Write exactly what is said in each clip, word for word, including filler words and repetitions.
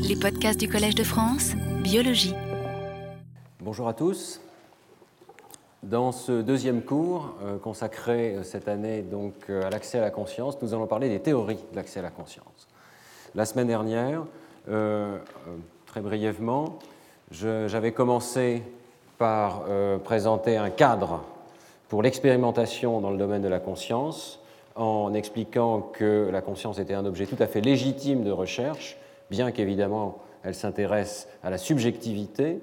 Les podcasts du Collège de France, Biologie. Bonjour à tous. Dans ce deuxième cours euh, consacré euh, cette année donc, euh, à l'accès à la conscience, nous allons parler des théories de l'accès à la conscience. La semaine dernière, euh, euh, très brièvement, je, j'avais commencé par euh, présenter un cadre pour l'expérimentation dans le domaine de la conscience, en expliquant que la conscience était un objet tout à fait légitime de recherche, bien qu'évidemment elle s'intéresse à la subjectivité.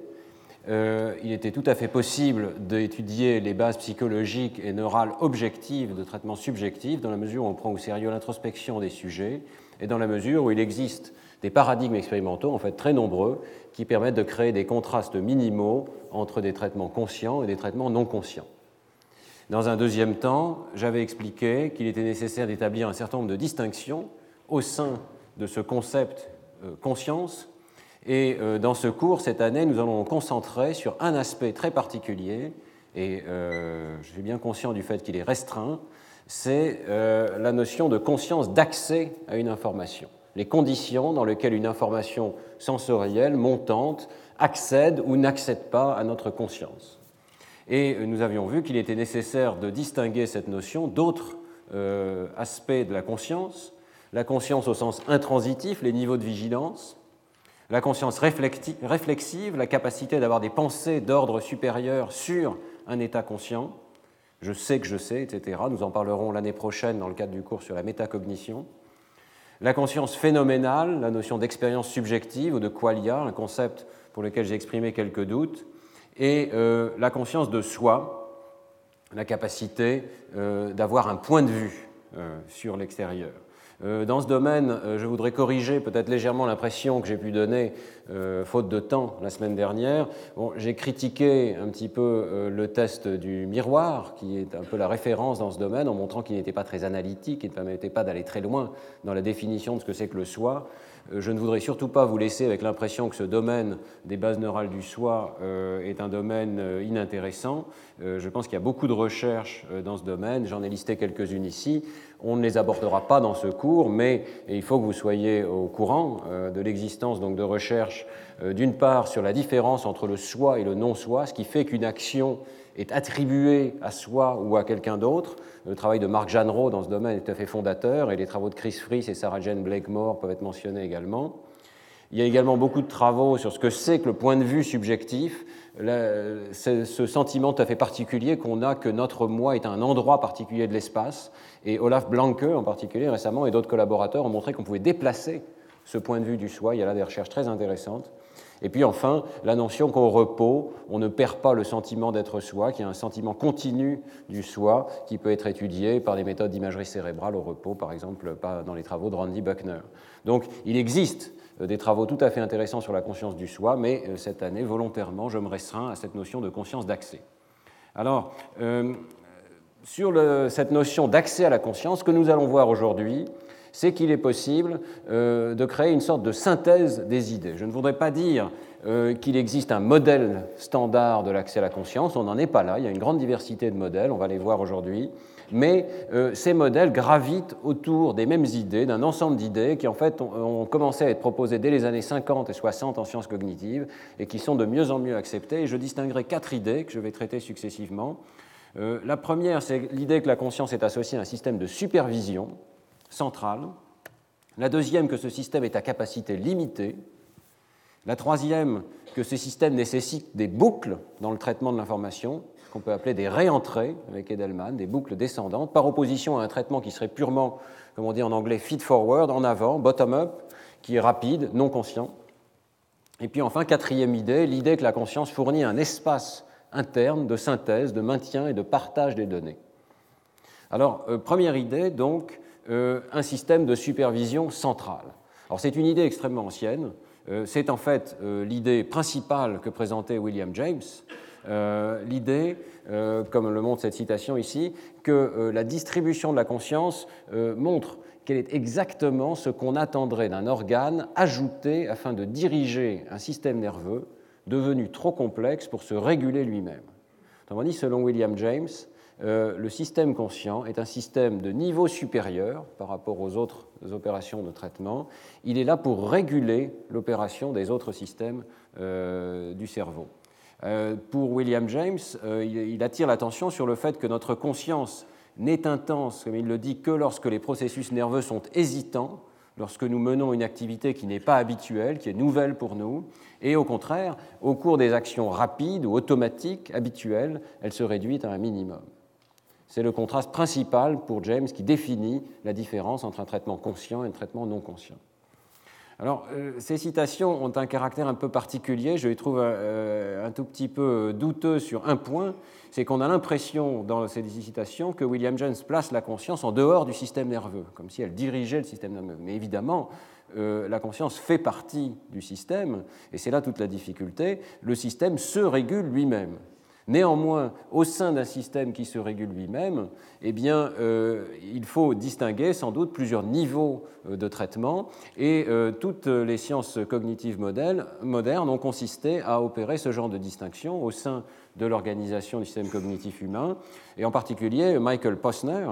Euh, il était tout à fait possible d'étudier les bases psychologiques et neurales objectives de traitement subjectif dans la mesure où on prend au sérieux l'introspection des sujets et dans la mesure où il existe des paradigmes expérimentaux, en fait très nombreux, qui permettent de créer des contrastes minimaux entre des traitements conscients et des traitements non conscients. Dans un deuxième temps, j'avais expliqué qu'il était nécessaire d'établir un certain nombre de distinctions au sein de ce concept euh, conscience. Et euh, dans ce cours, cette année, nous allons nous concentrer sur un aspect très particulier, et euh, je suis bien conscient du fait qu'il est restreint, c'est euh, la notion de conscience d'accès à une information, les conditions dans lesquelles une information sensorielle, montante, accède ou n'accède pas à notre conscience. Et nous avions vu qu'il était nécessaire de distinguer cette notion d'autres euh, aspects de la conscience, la conscience au sens intransitif, les niveaux de vigilance, la conscience réflexive, la capacité d'avoir des pensées d'ordre supérieur sur un état conscient, je sais que je sais, et cetera. Nous en parlerons l'année prochaine dans le cadre du cours sur la métacognition. La conscience phénoménale, la notion d'expérience subjective ou de qualia, un concept pour lequel j'ai exprimé quelques doutes, et euh, la conscience de soi, la capacité euh, d'avoir un point de vue euh, sur l'extérieur. Euh, dans ce domaine, euh, je voudrais corriger peut-être légèrement l'impression que j'ai pu donner, euh, faute de temps, la semaine dernière. Bon, j'ai critiqué un petit peu euh, le test du miroir, qui est un peu la référence dans ce domaine, en montrant qu'il n'était pas très analytique, il ne permettait pas d'aller très loin dans la définition de ce que c'est que le soi. Je ne voudrais surtout pas vous laisser avec l'impression que ce domaine des bases neurales du soi euh, est un domaine euh, inintéressant. Euh, je pense qu'il y a beaucoup de recherches euh, dans ce domaine, j'en ai listé quelques-unes ici. On ne les abordera pas dans ce cours, mais il faut que vous soyez au courant euh, de l'existence donc, de recherches, euh, d'une part sur la différence entre le soi et le non-soi, ce qui fait qu'une action est attribuée à soi ou à quelqu'un d'autre. Le travail de Marc Jeanneraud dans ce domaine est tout à fait fondateur, et les travaux de Chris Fries et Sarah Jane Blakemore peuvent être mentionnés également. Il y a également beaucoup de travaux sur ce que c'est que le point de vue subjectif, ce sentiment tout à fait particulier qu'on a que notre moi est un endroit particulier de l'espace, et Olaf Blanke en particulier récemment et d'autres collaborateurs ont montré qu'on pouvait déplacer ce point de vue du soi. Il y a là des recherches très intéressantes. Et puis enfin, la notion qu'au repos, on ne perd pas le sentiment d'être soi, qu'il y a un sentiment continu du soi qui peut être étudié par des méthodes d'imagerie cérébrale au repos, par exemple dans les travaux de Randy Buckner. Donc il existe des travaux tout à fait intéressants sur la conscience du soi, mais cette année, volontairement, je me restreins à cette notion de conscience d'accès. Alors, euh, sur le, cette notion d'accès à la conscience, ce que nous allons voir aujourd'hui, c'est qu'il est possible euh, de créer une sorte de synthèse des idées. Je ne voudrais pas dire euh, qu'il existe un modèle standard de l'accès à la conscience, on n'en est pas là, il y a une grande diversité de modèles, on va les voir aujourd'hui, mais euh, ces modèles gravitent autour des mêmes idées, d'un ensemble d'idées qui en fait ont, ont commencé à être proposées dès les années cinquante et soixante en sciences cognitives et qui sont de mieux en mieux acceptées, et je distinguerai quatre idées que je vais traiter successivement. Euh, la première, c'est l'idée que la conscience est associée à un système de supervision centrale. La deuxième, que ce système est à capacité limitée. La troisième, que ce système nécessite des boucles dans le traitement de l'information, qu'on peut appeler des réentrées avec Edelman, des boucles descendantes, par opposition à un traitement qui serait purement, comme on dit en anglais, feed-forward, en avant, bottom-up, qui est rapide, non conscient. Et puis enfin, quatrième idée, l'idée que la conscience fournit un espace interne de synthèse, de maintien et de partage des données. Alors, euh, première idée, donc, euh, un système de supervision centrale. Alors, c'est une idée extrêmement ancienne. Euh, c'est en fait euh, l'idée principale que présentait William James, euh, l'idée, euh, comme le montre cette citation ici, que euh, la distribution de la conscience euh, montre quel est exactement ce qu'on attendrait d'un organe ajouté afin de diriger un système nerveux devenu trop complexe pour se réguler lui-même. Autrement dit, selon William James, euh, le système conscient est un système de niveau supérieur par rapport aux autres opérations de traitement. Il est là pour réguler l'opération des autres systèmes euh, du cerveau. Euh, pour William James, euh, il, il attire l'attention sur le fait que notre conscience n'est intense, comme il le dit, que lorsque les processus nerveux sont hésitants, lorsque nous menons une activité qui n'est pas habituelle, qui est nouvelle pour nous, et au contraire, au cours des actions rapides ou automatiques, habituelles, elle se réduit à un minimum. C'est le contraste principal pour James qui définit la différence entre un traitement conscient et un traitement non conscient. Alors, euh, ces citations ont un caractère un peu particulier, je les trouve euh, un tout petit peu douteux sur un point, c'est qu'on a l'impression dans ces citations que William James place la conscience en dehors du système nerveux, comme si elle dirigeait le système nerveux. Mais évidemment, euh, la conscience fait partie du système, et c'est là toute la difficulté, le système se régule lui-même. Néanmoins, au sein d'un système qui se régule lui-même, eh bien, euh, il faut distinguer sans doute plusieurs niveaux euh, de traitement et euh, toutes les sciences cognitives modèles, modernes ont consisté à opérer ce genre de distinction au sein de l'organisation du système cognitif humain. Et en particulier, Michael Posner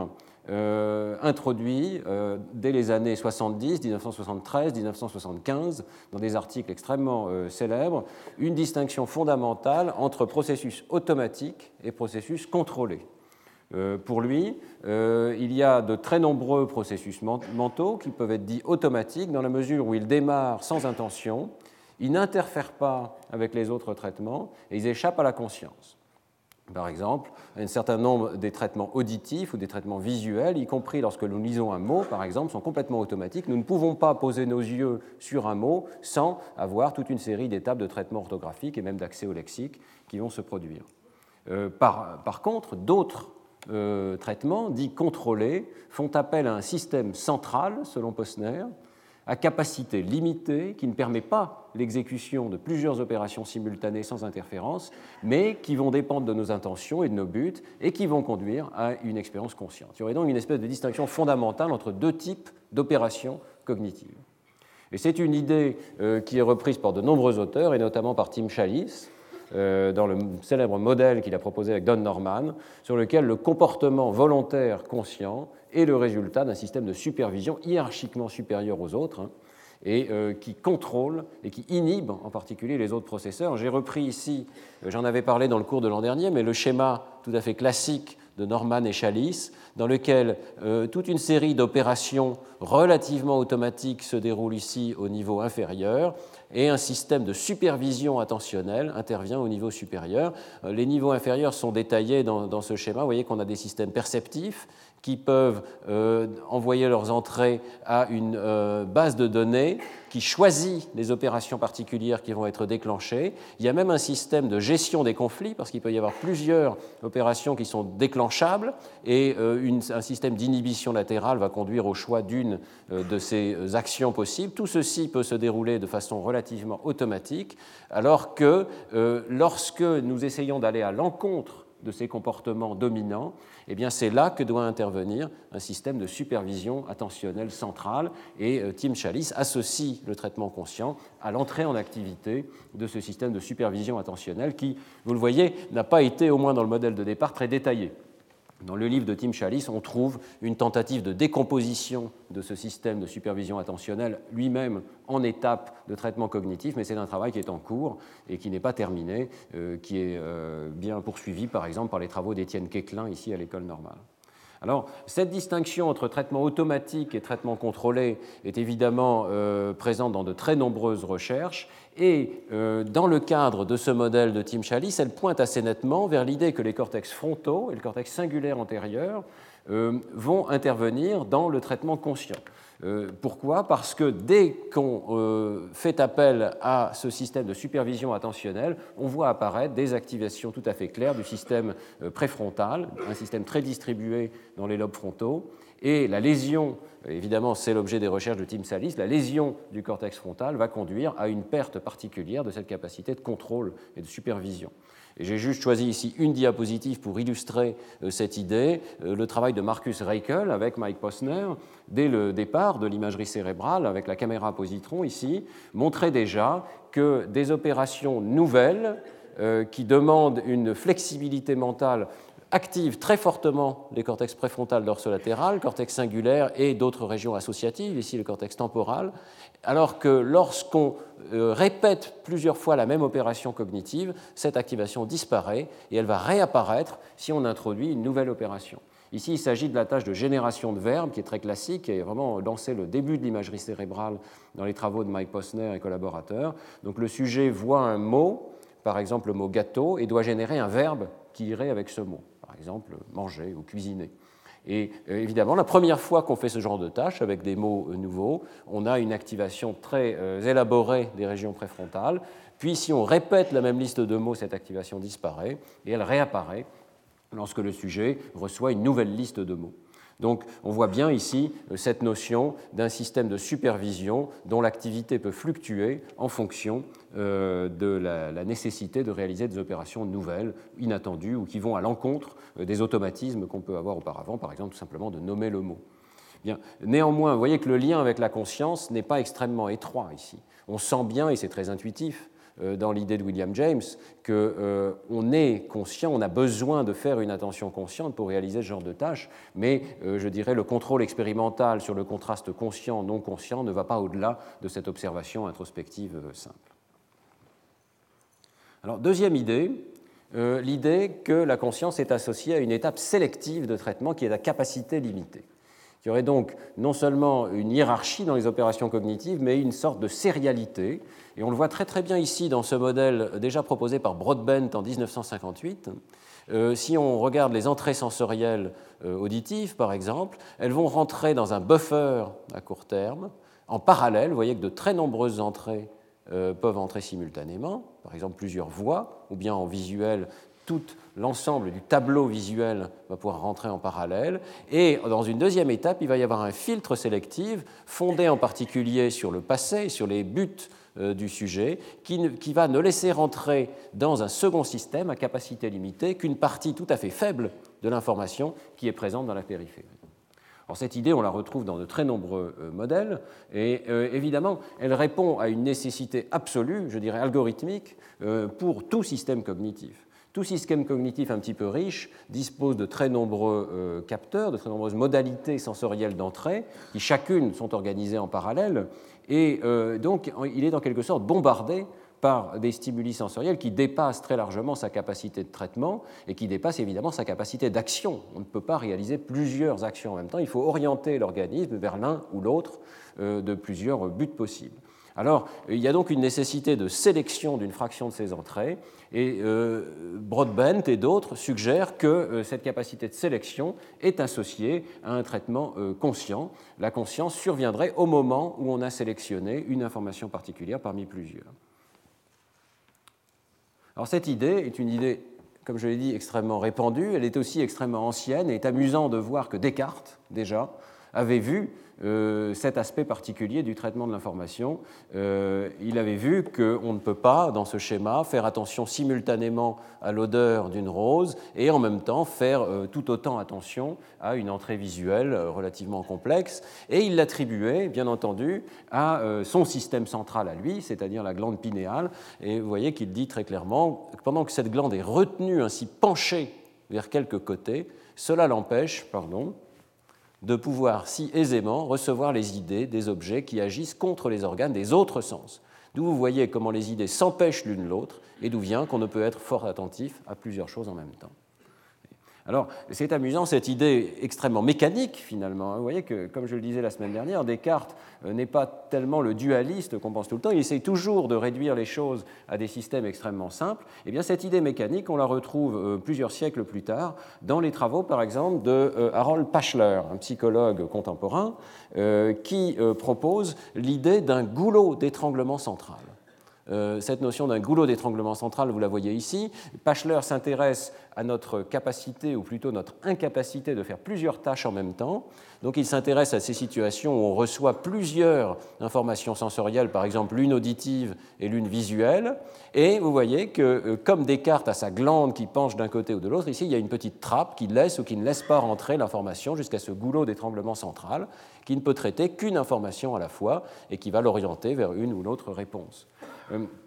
Euh, introduit euh, dès les années soixante-dix, dix-neuf cent soixante-treize, dix-neuf cent soixante-quinze, dans des articles extrêmement euh, célèbres, une distinction fondamentale entre processus automatiques et processus contrôlés. Euh, pour lui, euh, il y a de très nombreux processus mentaux qui peuvent être dits automatiques dans la mesure où ils démarrent sans intention, ils n'interfèrent pas avec les autres traitements et ils échappent à la conscience. Par exemple, un certain nombre des traitements auditifs ou des traitements visuels, y compris lorsque nous lisons un mot, par exemple, sont complètement automatiques. Nous ne pouvons pas poser nos yeux sur un mot sans avoir toute une série d'étapes de traitement orthographique et même d'accès au lexique qui vont se produire. Euh, par, par contre, d'autres euh, traitements, dits contrôlés, font appel à un système central, selon Posner, à capacité limitée, qui ne permet pas l'exécution de plusieurs opérations simultanées sans interférence, mais qui vont dépendre de nos intentions et de nos buts et qui vont conduire à une expérience consciente. Il y aurait donc une espèce de distinction fondamentale entre deux types d'opérations cognitives. Et c'est une idée euh, qui est reprise par de nombreux auteurs, et notamment par Tim Challies, euh, dans le célèbre modèle qu'il a proposé avec Don Norman, sur lequel le comportement volontaire conscient est le résultat d'un système de supervision hiérarchiquement supérieur aux autres, hein, et euh, qui contrôle et qui inhibe en particulier les autres processeurs. J'ai repris ici, euh, j'en avais parlé dans le cours de l'an dernier, mais le schéma tout à fait classique de Norman et Challies, dans lequel euh, toute une série d'opérations relativement automatiques se déroulent ici au niveau inférieur, et un système de supervision attentionnelle intervient au niveau supérieur. Euh, les niveaux inférieurs sont détaillés dans, dans ce schéma. Vous voyez qu'on a des systèmes perceptifs qui peuvent euh, envoyer leurs entrées à une euh, base de données qui choisit les opérations particulières qui vont être déclenchées. Il y a même un système de gestion des conflits, parce qu'il peut y avoir plusieurs opérations qui sont déclenchables, et euh, une, un système d'inhibition latérale va conduire au choix d'une euh, de ces actions possibles. Tout ceci peut se dérouler de façon relativement automatique, alors que euh, lorsque nous essayons d'aller à l'encontre de ces comportements dominants, eh bien c'est là que doit intervenir un système de supervision attentionnelle centrale, et euh, Tim Challies associe le traitement conscient à l'entrée en activité de ce système de supervision attentionnelle qui, vous le voyez, n'a pas été, au moins dans le modèle de départ, très détaillé. Dans le livre de Tim Challies, on trouve une tentative de décomposition de ce système de supervision attentionnelle lui-même en étapes de traitement cognitif, mais c'est un travail qui est en cours et qui n'est pas terminé, euh, qui est euh, bien poursuivi par exemple par les travaux d'Étienne Quéclin ici à l'École normale. Alors, cette distinction entre traitement automatique et traitement contrôlé est évidemment euh, présente dans de très nombreuses recherches, et euh, dans le cadre de ce modèle de Tim Challies, elle pointe assez nettement vers l'idée que les cortex frontaux et le cortex singulaire antérieur euh, vont intervenir dans le traitement conscient. Euh, pourquoi ? Parce que dès qu'on euh, fait appel à ce système de supervision attentionnelle, on voit apparaître des activations tout à fait claires du système euh, préfrontal, un système très distribué dans les lobes frontaux, et la lésion, évidemment c'est l'objet des recherches de Tim Challies, la lésion du cortex frontal va conduire à une perte particulière de cette capacité de contrôle et de supervision. Et j'ai juste choisi ici une diapositive pour illustrer euh, cette idée, euh, le travail de Marcus Reichel avec Mike Posner, dès le départ de l'imagerie cérébrale, avec la caméra positron ici, montrait déjà que des opérations nouvelles euh, qui demandent une flexibilité mentale active très fortement les cortex préfrontal dorsolatéral, cortex singulaire et d'autres régions associatives, ici le cortex temporal, alors que lorsqu'on euh, répète plusieurs fois la même opération cognitive, cette activation disparaît et elle va réapparaître si on introduit une nouvelle opération. Ici, il s'agit de la tâche de génération de verbes qui est très classique et vraiment lancé le début de l'imagerie cérébrale dans les travaux de Mike Posner et collaborateurs. Donc le sujet voit un mot, par exemple le mot gâteau, et doit générer un verbe qui irait avec ce mot, par exemple manger ou cuisiner. Et euh, évidemment, la première fois qu'on fait ce genre de tâche avec des mots euh, nouveaux, on a une activation très euh, élaborée des régions préfrontales. Puis si on répète la même liste de mots, cette activation disparaît et elle réapparaît lorsque le sujet reçoit une nouvelle liste de mots. Donc on voit bien ici cette notion d'un système de supervision dont l'activité peut fluctuer en fonction euh, de la, la nécessité de réaliser des opérations nouvelles, inattendues ou qui vont à l'encontre des automatismes qu'on peut avoir auparavant, par exemple tout simplement de nommer le mot. Bien. Néanmoins, vous voyez que le lien avec la conscience n'est pas extrêmement étroit ici. On sent bien, et c'est très intuitif, dans l'idée de William James, qu'on euh, est conscient, on a besoin de faire une attention consciente pour réaliser ce genre de tâches, mais euh, je dirais le contrôle expérimental sur le contraste conscient-non conscient ne va pas au-delà de cette observation introspective euh, simple. Alors, deuxième idée, euh, l'idée que la conscience est associée à une étape sélective de traitement qui est la capacité limitée. Il y aurait donc non seulement une hiérarchie dans les opérations cognitives, mais une sorte de sérialité. Et on le voit très très bien ici dans ce modèle déjà proposé par Broadbent en dix-neuf cent cinquante-huit. Euh, si on regarde les entrées sensorielles euh, auditives, par exemple, elles vont rentrer dans un buffer à court terme. En parallèle, vous voyez que de très nombreuses entrées euh, peuvent entrer simultanément, par exemple plusieurs voix, ou bien en visuel, tout l'ensemble du tableau visuel va pouvoir rentrer en parallèle. Et dans une deuxième étape, il va y avoir un filtre sélectif fondé en particulier sur le passé, sur les buts euh, du sujet, qui, ne, qui va ne laisser rentrer dans un second système à capacité limitée qu'une partie tout à fait faible de l'information qui est présente dans la périphérie. Alors, cette idée, on la retrouve dans de très nombreux euh, modèles, et euh, évidemment, elle répond à une nécessité absolue, je dirais algorithmique, euh, pour tout système cognitif. Tout système cognitif un petit peu riche dispose de très nombreux euh, capteurs, de très nombreuses modalités sensorielles d'entrée, qui chacune sont organisées en parallèle, et euh, donc il est en quelque sorte bombardé par des stimuli sensoriels qui dépassent très largement sa capacité de traitement et qui dépassent évidemment sa capacité d'action. On ne peut pas réaliser plusieurs actions en même temps, il faut orienter l'organisme vers l'un ou l'autre euh, de plusieurs buts possibles. Alors, il y a donc une nécessité de sélection d'une fraction de ces entrées, et euh, Broadbent et d'autres suggèrent que euh, cette capacité de sélection est associée à un traitement euh, conscient. La conscience surviendrait au moment où on a sélectionné une information particulière parmi plusieurs. Alors, cette idée est une idée, comme je l'ai dit, extrêmement répandue. Elle est aussi extrêmement ancienne, et il est amusant de voir que Descartes, déjà, avait vu euh, cet aspect particulier du traitement de l'information. Euh, il avait vu qu'on ne peut pas, dans ce schéma, faire attention simultanément à l'odeur d'une rose et en même temps faire euh, tout autant attention à une entrée visuelle euh, relativement complexe. Et il l'attribuait, bien entendu, à euh, son système central à lui, c'est-à-dire la glande pinéale. Et vous voyez qu'il dit très clairement que pendant que cette glande est retenue, ainsi penchée vers quelque côté, cela l'empêche, pardon, de pouvoir si aisément recevoir les idées des objets qui agissent contre les organes des autres sens. D'où vous voyez comment les idées s'empêchent l'une l'autre et d'où vient qu'on ne peut être fort attentif à plusieurs choses en même temps. Alors, c'est amusant, cette idée extrêmement mécanique, finalement. Vous voyez que, comme je le disais la semaine dernière, Descartes n'est pas tellement le dualiste qu'on pense tout le temps. Il essaye toujours de réduire les choses à des systèmes extrêmement simples. Eh bien, cette idée mécanique, on la retrouve plusieurs siècles plus tard dans les travaux, par exemple, de Harold Pachler, un psychologue contemporain, qui propose l'idée d'un goulot d'étranglement central. Euh, cette notion d'un goulot d'étranglement central, vous la voyez ici. Pachler s'intéresse à notre capacité, ou plutôt notre incapacité de faire plusieurs tâches en même temps. Donc il s'intéresse à ces situations où on reçoit plusieurs informations sensorielles, par exemple l'une auditive et l'une visuelle. Et vous voyez que, euh, comme Descartes a sa glande qui penche d'un côté ou de l'autre, ici il y a une petite trappe qui laisse ou qui ne laisse pas rentrer l'information jusqu'à ce goulot d'étranglement central, qui ne peut traiter qu'une information à la fois et qui va l'orienter vers une ou l'autre réponse.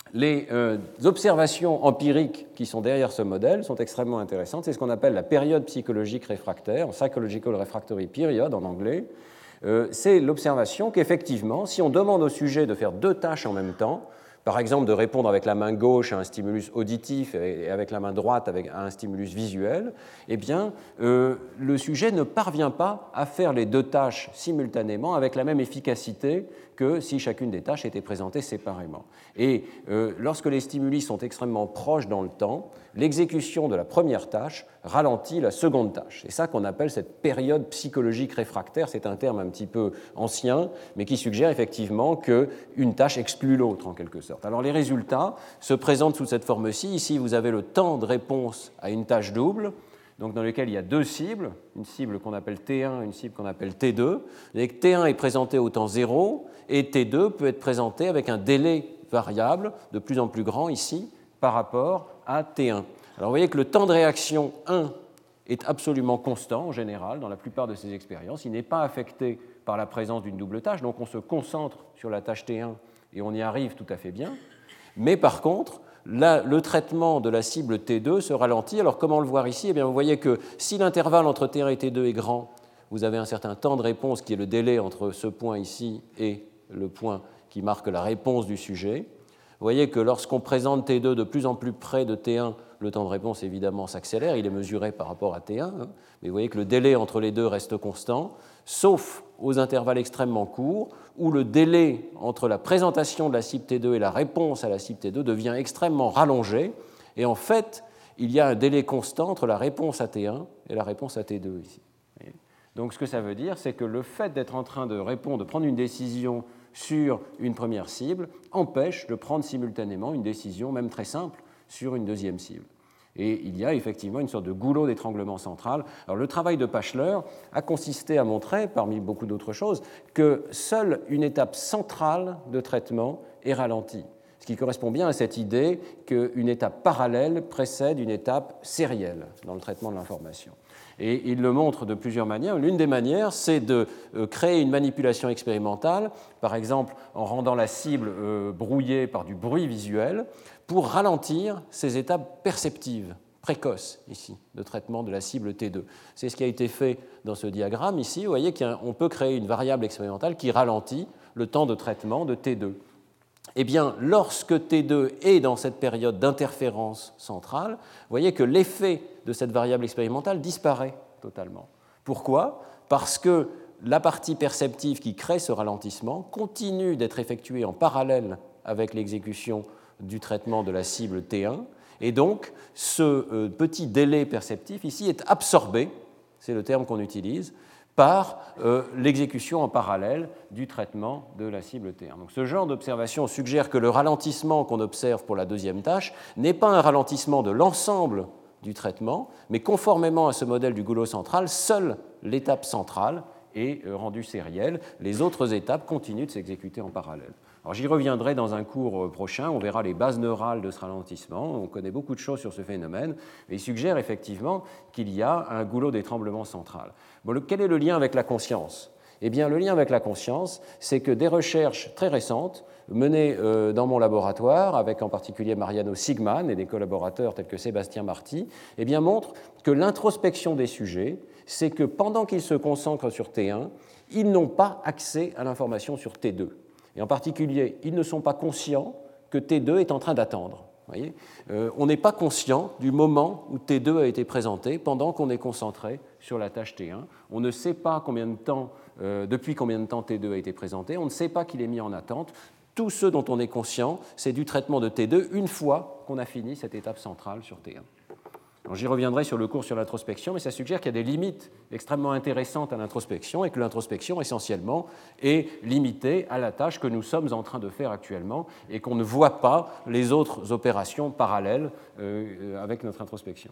Les euh, observations empiriques qui sont derrière ce modèle sont extrêmement intéressantes. C'est ce qu'on appelle la période psychologique réfractaire, psychological refractory period en anglais. Euh, c'est l'observation qu'effectivement, si on demande au sujet de faire deux tâches en même temps, par exemple de répondre avec la main gauche à un stimulus auditif et avec la main droite à un stimulus visuel, eh bien, euh, le sujet ne parvient pas à faire les deux tâches simultanément avec la même efficacité que si chacune des tâches était présentée séparément. Et euh, lorsque les stimuli sont extrêmement proches dans le temps, l'exécution de la première tâche ralentit la seconde tâche. C'est ça qu'on appelle cette période psychologique réfractaire. C'est un terme un petit peu ancien, mais qui suggère effectivement qu'une tâche exclut l'autre, en quelque sorte. Alors les résultats se présentent sous cette forme-ci. Ici, vous avez le temps de réponse à une tâche double, donc dans lequel il y a deux cibles, une cible qu'on appelle T un et une cible qu'on appelle T deux. Et T un est présenté au temps zéro et T deux peut être présenté avec un délai variable de plus en plus grand ici par rapport à T un. Alors vous voyez que le temps de réaction un est absolument constant en général dans la plupart de ces expériences. Il n'est pas affecté par la présence d'une double tâche, donc on se concentre sur la tâche T un et on y arrive tout à fait bien. Mais par contre, là, le traitement de la cible T deux se ralentit. Alors comment le voir ici? Eh bien, vous voyez que si l'intervalle entre T un et T deux est grand, vous avez un certain temps de réponse qui est le délai entre ce point ici et le point qui marque la réponse du sujet. Vous voyez que lorsqu'on présente T deux de plus en plus près de T un, le temps de réponse évidemment s'accélère, il est mesuré par rapport à T un, hein, mais vous voyez que le délai entre les deux reste constant, sauf aux intervalles extrêmement courts, où le délai entre la présentation de la cible T deux et la réponse à la cible T deux devient extrêmement rallongé, et en fait, il y a un délai constant entre la réponse à T un et la réponse à T deux ici. Donc ce que ça veut dire, c'est que le fait d'être en train de répondre, de prendre une décision sur une première cible, empêche de prendre simultanément une décision, même très simple, sur une deuxième cible. Et il y a effectivement une sorte de goulot d'étranglement central. Alors, le travail de Pachler a consisté à montrer, parmi beaucoup d'autres choses, que seule une étape centrale de traitement est ralentie, ce qui correspond bien à cette idée qu'une étape parallèle précède une étape sérielle dans le traitement de l'information. Et il le montre de plusieurs manières. L'une des manières, c'est de créer une manipulation expérimentale, par exemple en rendant la cible brouillée par du bruit visuel, pour ralentir ces étapes perceptives, précoces, ici, de traitement de la cible T deux. C'est ce qui a été fait dans ce diagramme, ici. Vous voyez qu'on peut créer une variable expérimentale qui ralentit le temps de traitement de T deux. Eh bien, lorsque T deux est dans cette période d'interférence centrale, vous voyez que l'effet de cette variable expérimentale disparaît totalement. Pourquoi? Parce que la partie perceptive qui crée ce ralentissement continue d'être effectuée en parallèle avec l'exécution du traitement de la cible T un, et donc ce euh, petit délai perceptif ici est absorbé, c'est le terme qu'on utilise, par euh, l'exécution en parallèle du traitement de la cible T un. Donc, ce genre d'observation suggère que le ralentissement qu'on observe pour la deuxième tâche n'est pas un ralentissement de l'ensemble du traitement, mais conformément à ce modèle du goulot central, seule l'étape centrale est euh, rendue sérielle. Les autres étapes continuent de s'exécuter en parallèle. Alors, j'y reviendrai dans un cours prochain, on verra les bases neurales de ce ralentissement, on connaît beaucoup de choses sur ce phénomène, mais il suggère effectivement qu'il y a un goulot d'étranglement central. Bon, le, quel est le lien avec la conscience? Eh bien, le lien avec la conscience, c'est que des recherches très récentes, menées euh, dans mon laboratoire, avec en particulier Mariano Sigman et des collaborateurs tels que Sébastien Marty, eh bien, montrent que l'introspection des sujets, c'est que pendant qu'ils se concentrent sur T un, ils n'ont pas accès à l'information sur T deux. Et en particulier, ils ne sont pas conscients que T deux est en train d'attendre. Voyez euh, on n'est pas conscient du moment où T deux a été présenté pendant qu'on est concentré sur la tâche T un. On ne sait pas combien de temps, euh, depuis combien de temps T deux a été présenté. On ne sait pas qu'il est mis en attente. Tout ce dont on est conscient, c'est du traitement de T deux une fois qu'on a fini cette étape centrale sur T un. Alors, j'y reviendrai sur le cours sur l'introspection, mais ça suggère qu'il y a des limites extrêmement intéressantes à l'introspection et que l'introspection, essentiellement, est limitée à la tâche que nous sommes en train de faire actuellement et qu'on ne voit pas les autres opérations parallèles euh, avec notre introspection.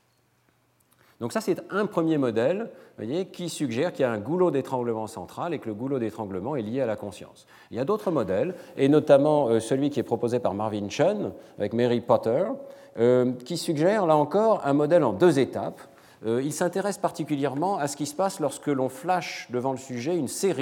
Donc ça, c'est un premier modèle, vous voyez, qui suggère qu'il y a un goulot d'étranglement central et que le goulot d'étranglement est lié à la conscience. Il y a d'autres modèles, et notamment euh, celui qui est proposé par Marvin Chun avec Mary Potter, euh, qui suggère, là encore, un modèle en deux étapes. Euh, il s'intéresse particulièrement à ce qui se passe lorsque l'on flash devant le sujet une série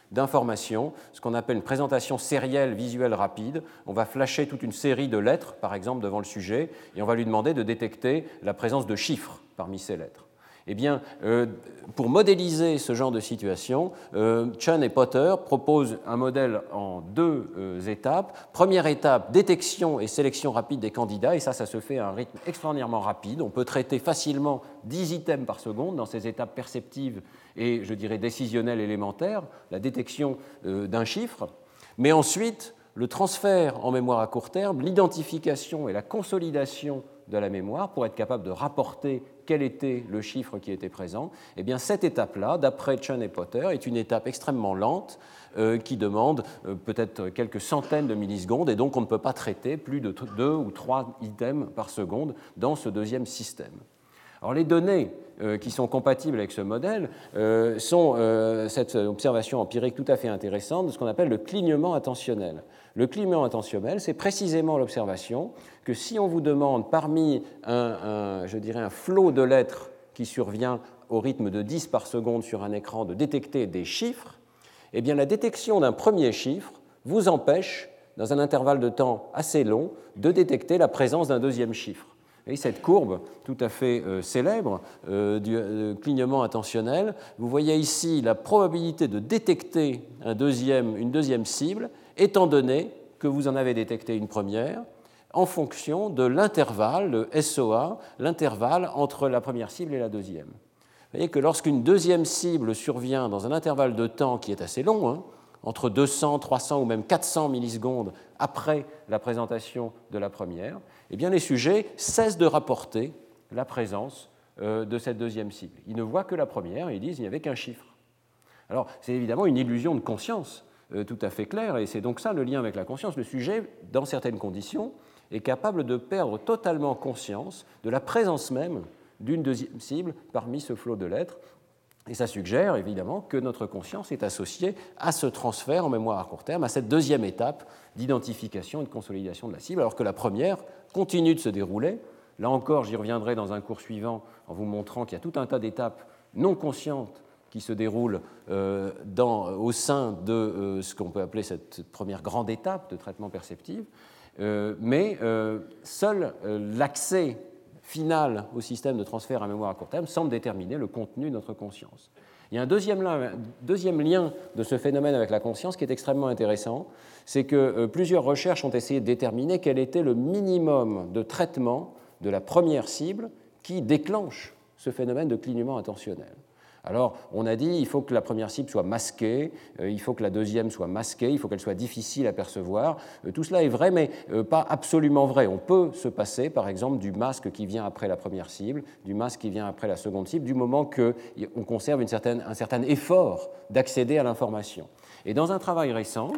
d'informations, ce qu'on appelle une présentation sérielle visuelle rapide. On va flasher toute une série de lettres, par exemple, devant le sujet, et on va lui demander de détecter la présence de chiffres parmi ces lettres. Eh bien, euh, pour modéliser ce genre de situation, euh, Chun et Potter proposent un modèle en deux euh, étapes. Première étape, détection et sélection rapide des candidats, et ça, ça se fait à un rythme extraordinairement rapide. On peut traiter facilement dix items par seconde dans ces étapes perceptives et, je dirais, décisionnelles élémentaires, la détection euh, d'un chiffre. Mais ensuite, le transfert en mémoire à court terme, l'identification et la consolidation de la mémoire pour être capable de rapporter quel était le chiffre qui était présent, eh bien cette étape-là, d'après Chun et Potter, est une étape extrêmement lente euh, qui demande euh, peut-être quelques centaines de millisecondes et donc on ne peut pas traiter plus de deux ou trois items par seconde dans ce deuxième système. Alors les données euh, qui sont compatibles avec ce modèle euh, sont euh, cette observation empirique tout à fait intéressante de ce qu'on appelle le clignement attentionnel. Le clignement attentionnel, c'est précisément l'observation que si on vous demande parmi un, un, je dirais un flot de lettres qui survient au rythme de dix par seconde sur un écran de détecter des chiffres, eh bien la détection d'un premier chiffre vous empêche, dans un intervalle de temps assez long, de détecter la présence d'un deuxième chiffre. Et cette courbe tout à fait euh, célèbre euh, du euh, clignement attentionnel, vous voyez ici la probabilité de détecter un deuxième, une deuxième cible, étant donné que vous en avez détecté une première, en fonction de l'intervalle, le S O A, l'intervalle entre la première cible et la deuxième. Vous voyez que lorsqu'une deuxième cible survient dans un intervalle de temps qui est assez long, hein, entre deux cents, trois cents ou même quatre cents millisecondes après la présentation de la première, eh bien les sujets cessent de rapporter la présence euh, de cette deuxième cible. Ils ne voient que la première et ils disent qu'il n'y avait qu'un chiffre. Alors, c'est évidemment une illusion de conscience euh, tout à fait claire, et c'est donc ça le lien avec la conscience. Le sujet, dans certaines conditions, est capable de perdre totalement conscience de la présence même d'une deuxième cible parmi ce flot de lettres. Et ça suggère évidemment que notre conscience est associée à ce transfert en mémoire à court terme, à cette deuxième étape d'identification et de consolidation de la cible, alors que la première continue de se dérouler. Là encore, j'y reviendrai dans un cours suivant en vous montrant qu'il y a tout un tas d'étapes non conscientes qui se déroulent euh, dans, au sein de euh, ce qu'on peut appeler cette première grande étape de traitement perceptif. Euh, mais euh, seul euh, l'accès final au système de transfert à mémoire à court terme semble déterminer le contenu de notre conscience. Il y a un deuxième lien, deuxième lien de ce phénomène avec la conscience qui est extrêmement intéressant, c'est que euh, plusieurs recherches ont essayé de déterminer quel était le minimum de traitement de la première cible qui déclenche ce phénomène de clignement attentionnel. Alors, on a dit il faut que la première cible soit masquée, euh, il faut que la deuxième soit masquée, il faut qu'elle soit difficile à percevoir. Euh, tout cela est vrai, mais euh, pas absolument vrai. On peut se passer, par exemple, du masque qui vient après la première cible, du masque qui vient après la seconde cible, du moment qu'on conserve une certaine, un certain effort d'accéder à l'information. Et dans un travail récent,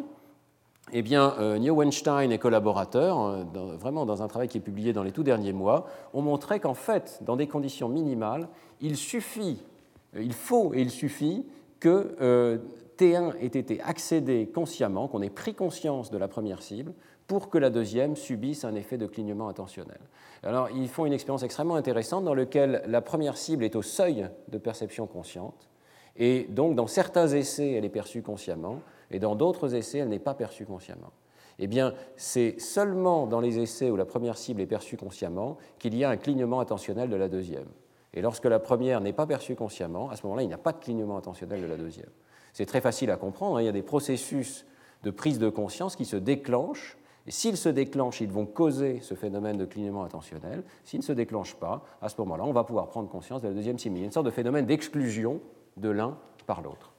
eh bien, euh, Neuenstein et collaborateurs, euh, dans, vraiment dans un travail qui est publié dans les tout derniers mois, ont montré qu'en fait, dans des conditions minimales, il suffit Il faut et il suffit que euh, T un ait été accédé consciemment, qu'on ait pris conscience de la première cible pour que la deuxième subisse un effet de clignement attentionnel. Alors, ils font une expérience extrêmement intéressante dans laquelle la première cible est au seuil de perception consciente et donc dans certains essais, elle est perçue consciemment et dans d'autres essais, elle n'est pas perçue consciemment. Eh bien, c'est seulement dans les essais où la première cible est perçue consciemment qu'il y a un clignement attentionnel de la deuxième. Et lorsque la première n'est pas perçue consciemment, à ce moment-là, il n'y a pas de clignement attentionnel de la deuxième. C'est très facile à comprendre, hein, il y a des processus de prise de conscience qui se déclenchent, et s'ils se déclenchent, ils vont causer ce phénomène de clignement attentionnel. S'ils ne se déclenchent pas, à ce moment-là, on va pouvoir prendre conscience de la deuxième cible. Il y a une sorte de phénomène d'exclusion de l'un par l'autre.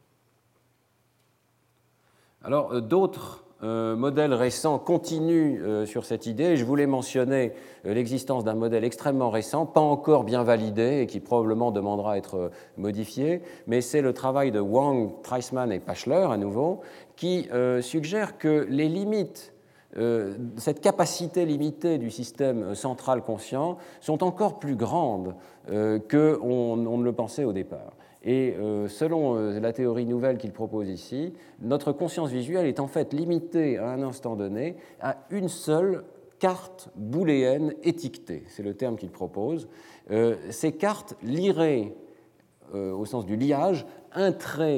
Alors, euh, d'autres Euh, modèle récent continue euh, sur cette idée. Je voulais mentionner euh, l'existence d'un modèle extrêmement récent, pas encore bien validé et qui probablement demandera à être euh, modifié, mais c'est le travail de Wang, Treisman et Pachler, à nouveau, qui euh, suggère que les limites, euh, cette capacité limitée du système central conscient sont encore plus grandes euh, qu'on on ne le pensait au départ. Et euh, selon euh, la théorie nouvelle qu'il propose ici, notre conscience visuelle est en fait limitée à un instant donné à une seule carte booléenne étiquetée. C'est le terme qu'il propose. Euh, ces cartes liraient, euh, au sens du liage, un trait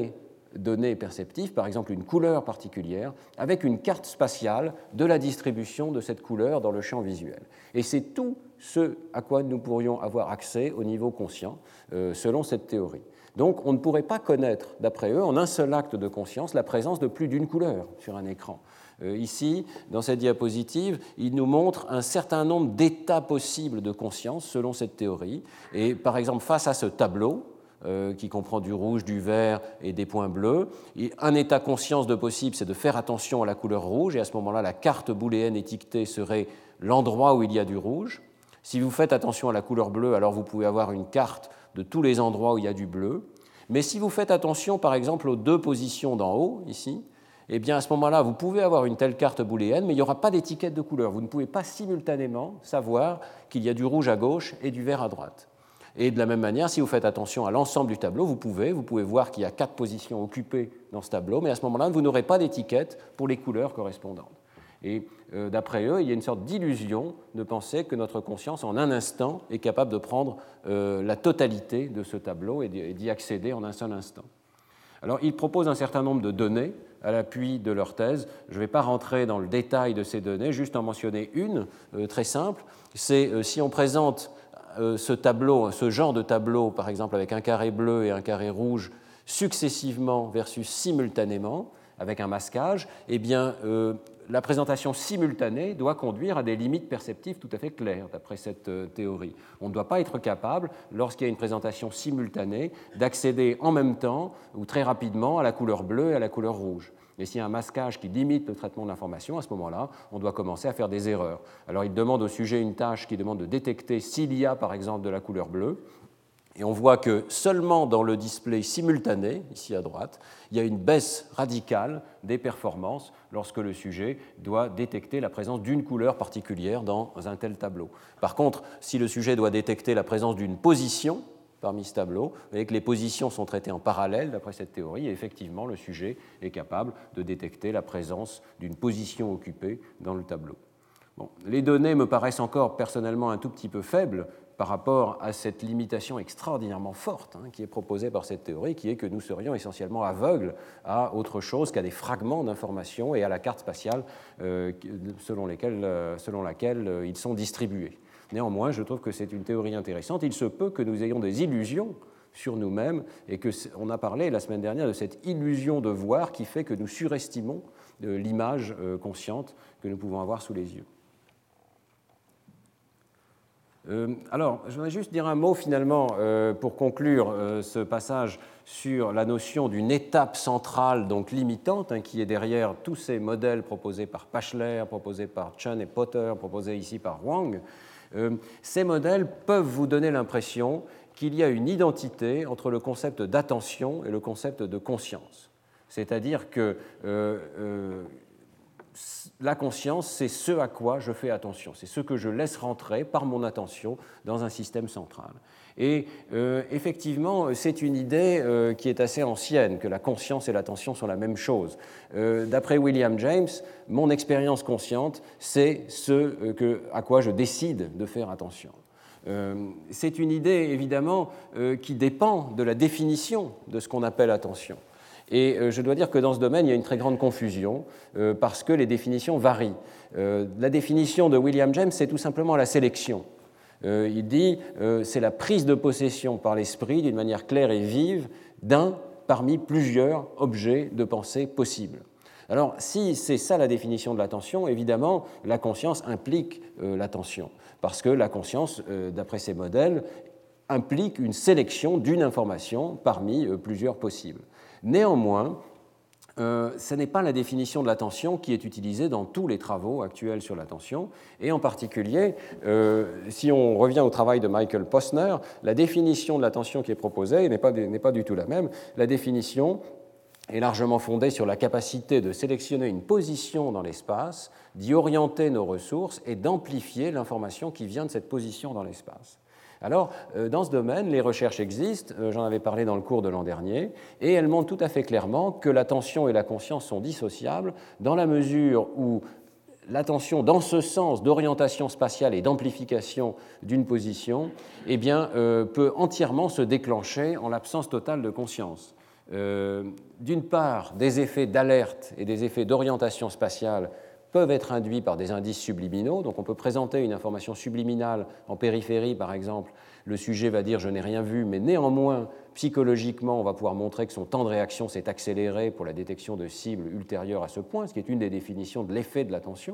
donnée perceptive, par exemple une couleur particulière, avec une carte spatiale de la distribution de cette couleur dans le champ visuel. Et c'est tout ce à quoi nous pourrions avoir accès au niveau conscient, euh, selon cette théorie. Donc on ne pourrait pas connaître, d'après eux, en un seul acte de conscience, la présence de plus d'une couleur sur un écran. Euh, ici, dans cette diapositive, il nous montre un certain nombre d'états possibles de conscience selon cette théorie. Et par exemple, face à ce tableau, euh, qui comprend du rouge, du vert et des points bleus, un état conscience de possible, c'est de faire attention à la couleur rouge, et à ce moment-là, la carte booléenne étiquetée serait l'endroit où il y a du rouge. Si vous faites attention à la couleur bleue, alors vous pouvez avoir une carte de tous les endroits où il y a du bleu. Mais si vous faites attention, par exemple, aux deux positions d'en haut, ici, eh bien, à ce moment-là, vous pouvez avoir une telle carte booléenne, mais il n'y aura pas d'étiquette de couleur. Vous ne pouvez pas simultanément savoir qu'il y a du rouge à gauche et du vert à droite. Et de la même manière, si vous faites attention à l'ensemble du tableau, vous pouvez, vous pouvez voir qu'il y a quatre positions occupées dans ce tableau, mais à ce moment-là, vous n'aurez pas d'étiquette pour les couleurs correspondantes. Et euh, d'après eux, il y a une sorte d'illusion de penser que notre conscience, en un instant, est capable de prendre euh, la totalité de ce tableau et d'y accéder en un seul instant. Alors, ils proposent un certain nombre de données à l'appui de leur thèse. Je ne vais pas rentrer dans le détail de ces données, juste en mentionner une, euh, très simple. C'est euh, si on présente euh, ce tableau, ce genre de tableau, par exemple avec un carré bleu et un carré rouge, successivement versus simultanément, avec un masquage, eh bien, euh, la présentation simultanée doit conduire à des limites perceptives tout à fait claires, d'après cette euh, théorie. On ne doit pas être capable, lorsqu'il y a une présentation simultanée, d'accéder en même temps ou très rapidement à la couleur bleue et à la couleur rouge. Et s'il y a un masquage qui limite le traitement de l'information, à ce moment-là, on doit commencer à faire des erreurs. Alors, il demande au sujet une tâche qui demande de détecter s'il y a, par exemple, de la couleur bleue. Et on voit que seulement dans le display simultané, ici à droite, il y a une baisse radicale des performances lorsque le sujet doit détecter la présence d'une couleur particulière dans un tel tableau. Par contre, si le sujet doit détecter la présence d'une position parmi ce tableau, vous voyez que les positions sont traitées en parallèle d'après cette théorie, et effectivement, le sujet est capable de détecter la présence d'une position occupée dans le tableau. Bon, les données me paraissent encore personnellement un tout petit peu faibles par rapport à cette limitation extraordinairement forte hein, qui est proposée par cette théorie, qui est que nous serions essentiellement aveugles à autre chose qu'à des fragments d'informations et à la carte spatiale euh, selon, lesquelles, euh, selon laquelle euh, ils sont distribués. Néanmoins, je trouve que c'est une théorie intéressante. Il se peut que nous ayons des illusions sur nous-mêmes et qu'on a parlé la semaine dernière de cette illusion de voir qui fait que nous surestimons euh, l'image euh, consciente que nous pouvons avoir sous les yeux. Euh, alors, je voudrais juste dire un mot finalement euh, pour conclure euh, ce passage sur la notion d'une étape centrale, donc limitante, hein, qui est derrière tous ces modèles proposés par Pachler, proposés par Chen et Potter, proposés ici par Wang. Euh, ces modèles peuvent vous donner l'impression qu'il y a une identité entre le concept d'attention et le concept de conscience. C'est-à-dire que euh, euh, la conscience, c'est ce à quoi je fais attention, c'est ce que je laisse rentrer par mon attention dans un système central. Et euh, effectivement, c'est une idée euh, qui est assez ancienne, que la conscience et l'attention sont la même chose. Euh, d'après William James, mon expérience consciente, c'est ce que, à quoi je décide de faire attention. Euh, c'est une idée, évidemment, euh, qui dépend de la définition de ce qu'on appelle attention. Et je dois dire que dans ce domaine, il y a une très grande confusion euh, parce que les définitions varient. Euh, la définition de William James, c'est tout simplement la sélection. Euh, il dit euh, c'est la prise de possession par l'esprit d'une manière claire et vive d'un parmi plusieurs objets de pensée possibles. Alors, si c'est ça la définition de l'attention, évidemment, la conscience implique euh, l'attention, parce que la conscience, euh, d'après ces modèles, implique une sélection d'une information parmi euh, plusieurs possibles. Néanmoins, euh, ce n'est pas la définition de l'attention qui est utilisée dans tous les travaux actuels sur l'attention, et en particulier, euh, si on revient au travail de Michael Posner, la définition de l'attention qui est proposée n'est pas, n'est pas du tout la même. La définition est largement fondée sur la capacité de sélectionner une position dans l'espace, d'y orienter nos ressources et d'amplifier l'information qui vient de cette position dans l'espace. Alors, dans ce domaine, les recherches existent, j'en avais parlé dans le cours de l'an dernier, et elles montrent tout à fait clairement que l'attention et la conscience sont dissociables dans la mesure où l'attention, dans ce sens d'orientation spatiale et d'amplification d'une position, eh bien, euh, peut entièrement se déclencher en l'absence totale de conscience. euh, d'une part, des effets d'alerte et des effets d'orientation spatiale peuvent être induits par des indices subliminaux. Donc on peut présenter une information subliminale en périphérie, par exemple. Le sujet va dire « je n'ai rien vu », mais néanmoins, psychologiquement, on va pouvoir montrer que son temps de réaction s'est accéléré pour la détection de cibles ultérieures à ce point, ce qui est une des définitions de l'effet de l'attention.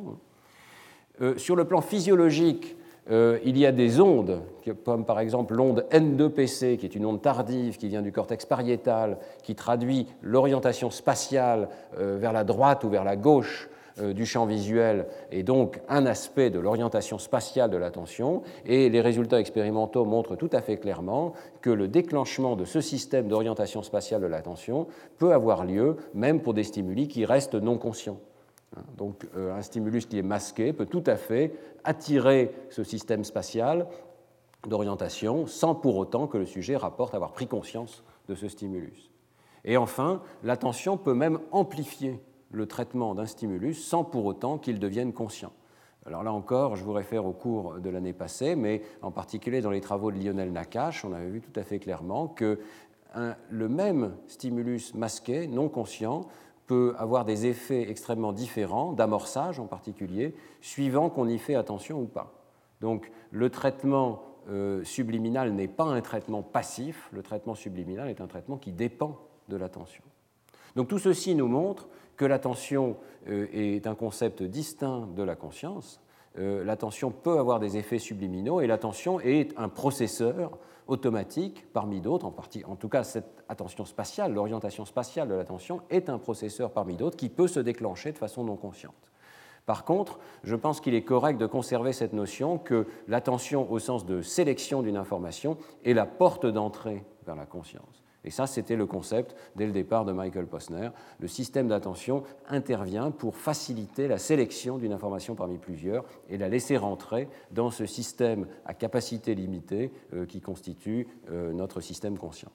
Euh, sur le plan physiologique, euh, il y a des ondes, comme par exemple l'onde N deux P C, qui est une onde tardive qui vient du cortex pariétal, qui traduit l'orientation spatiale euh, vers la droite ou vers la gauche du champ visuel et donc un aspect de l'orientation spatiale de l'attention, et les résultats expérimentaux montrent tout à fait clairement que le déclenchement de ce système d'orientation spatiale de l'attention peut avoir lieu même pour des stimuli qui restent non conscients. Donc un stimulus qui est masqué peut tout à fait attirer ce système spatial d'orientation sans pour autant que le sujet rapporte avoir pris conscience de ce stimulus. Et enfin, l'attention peut même amplifier le traitement d'un stimulus sans pour autant qu'il devienne conscient. Alors là encore, je vous réfère au cours de l'année passée, mais en particulier dans les travaux de Lionel Nakache, on avait vu tout à fait clairement que un, le même stimulus masqué, non conscient, peut avoir des effets extrêmement différents, d'amorçage en particulier, suivant qu'on y fait attention ou pas. Donc le traitement euh, subliminal n'est pas un traitement passif, le traitement subliminal est un traitement qui dépend de l'attention. Donc tout ceci nous montre que l'attention est un concept distinct de la conscience. L'attention peut avoir des effets subliminaux et l'attention est un processeur automatique parmi d'autres, en, partie, en tout cas cette attention spatiale, l'orientation spatiale de l'attention est un processeur parmi d'autres qui peut se déclencher de façon non consciente. Par contre, je pense qu'il est correct de conserver cette notion que l'attention au sens de sélection d'une information est la porte d'entrée vers la conscience. Et ça, c'était le concept dès le départ de Michael Posner. Le système d'attention intervient pour faciliter la sélection d'une information parmi plusieurs et la laisser rentrer dans ce système à capacité limitée euh, qui constitue euh, notre système conscient.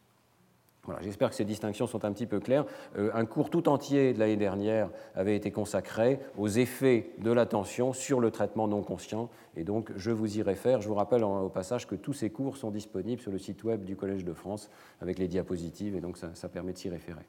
Voilà, j'espère que ces distinctions sont un petit peu claires. Euh, un cours tout entier de l'année dernière avait été consacré aux effets de l'attention sur le traitement non conscient, et donc je vous y réfère. Je vous rappelle en, au passage que tous ces cours sont disponibles sur le site web du Collège de France avec les diapositives, et donc ça, ça permet de s'y référer.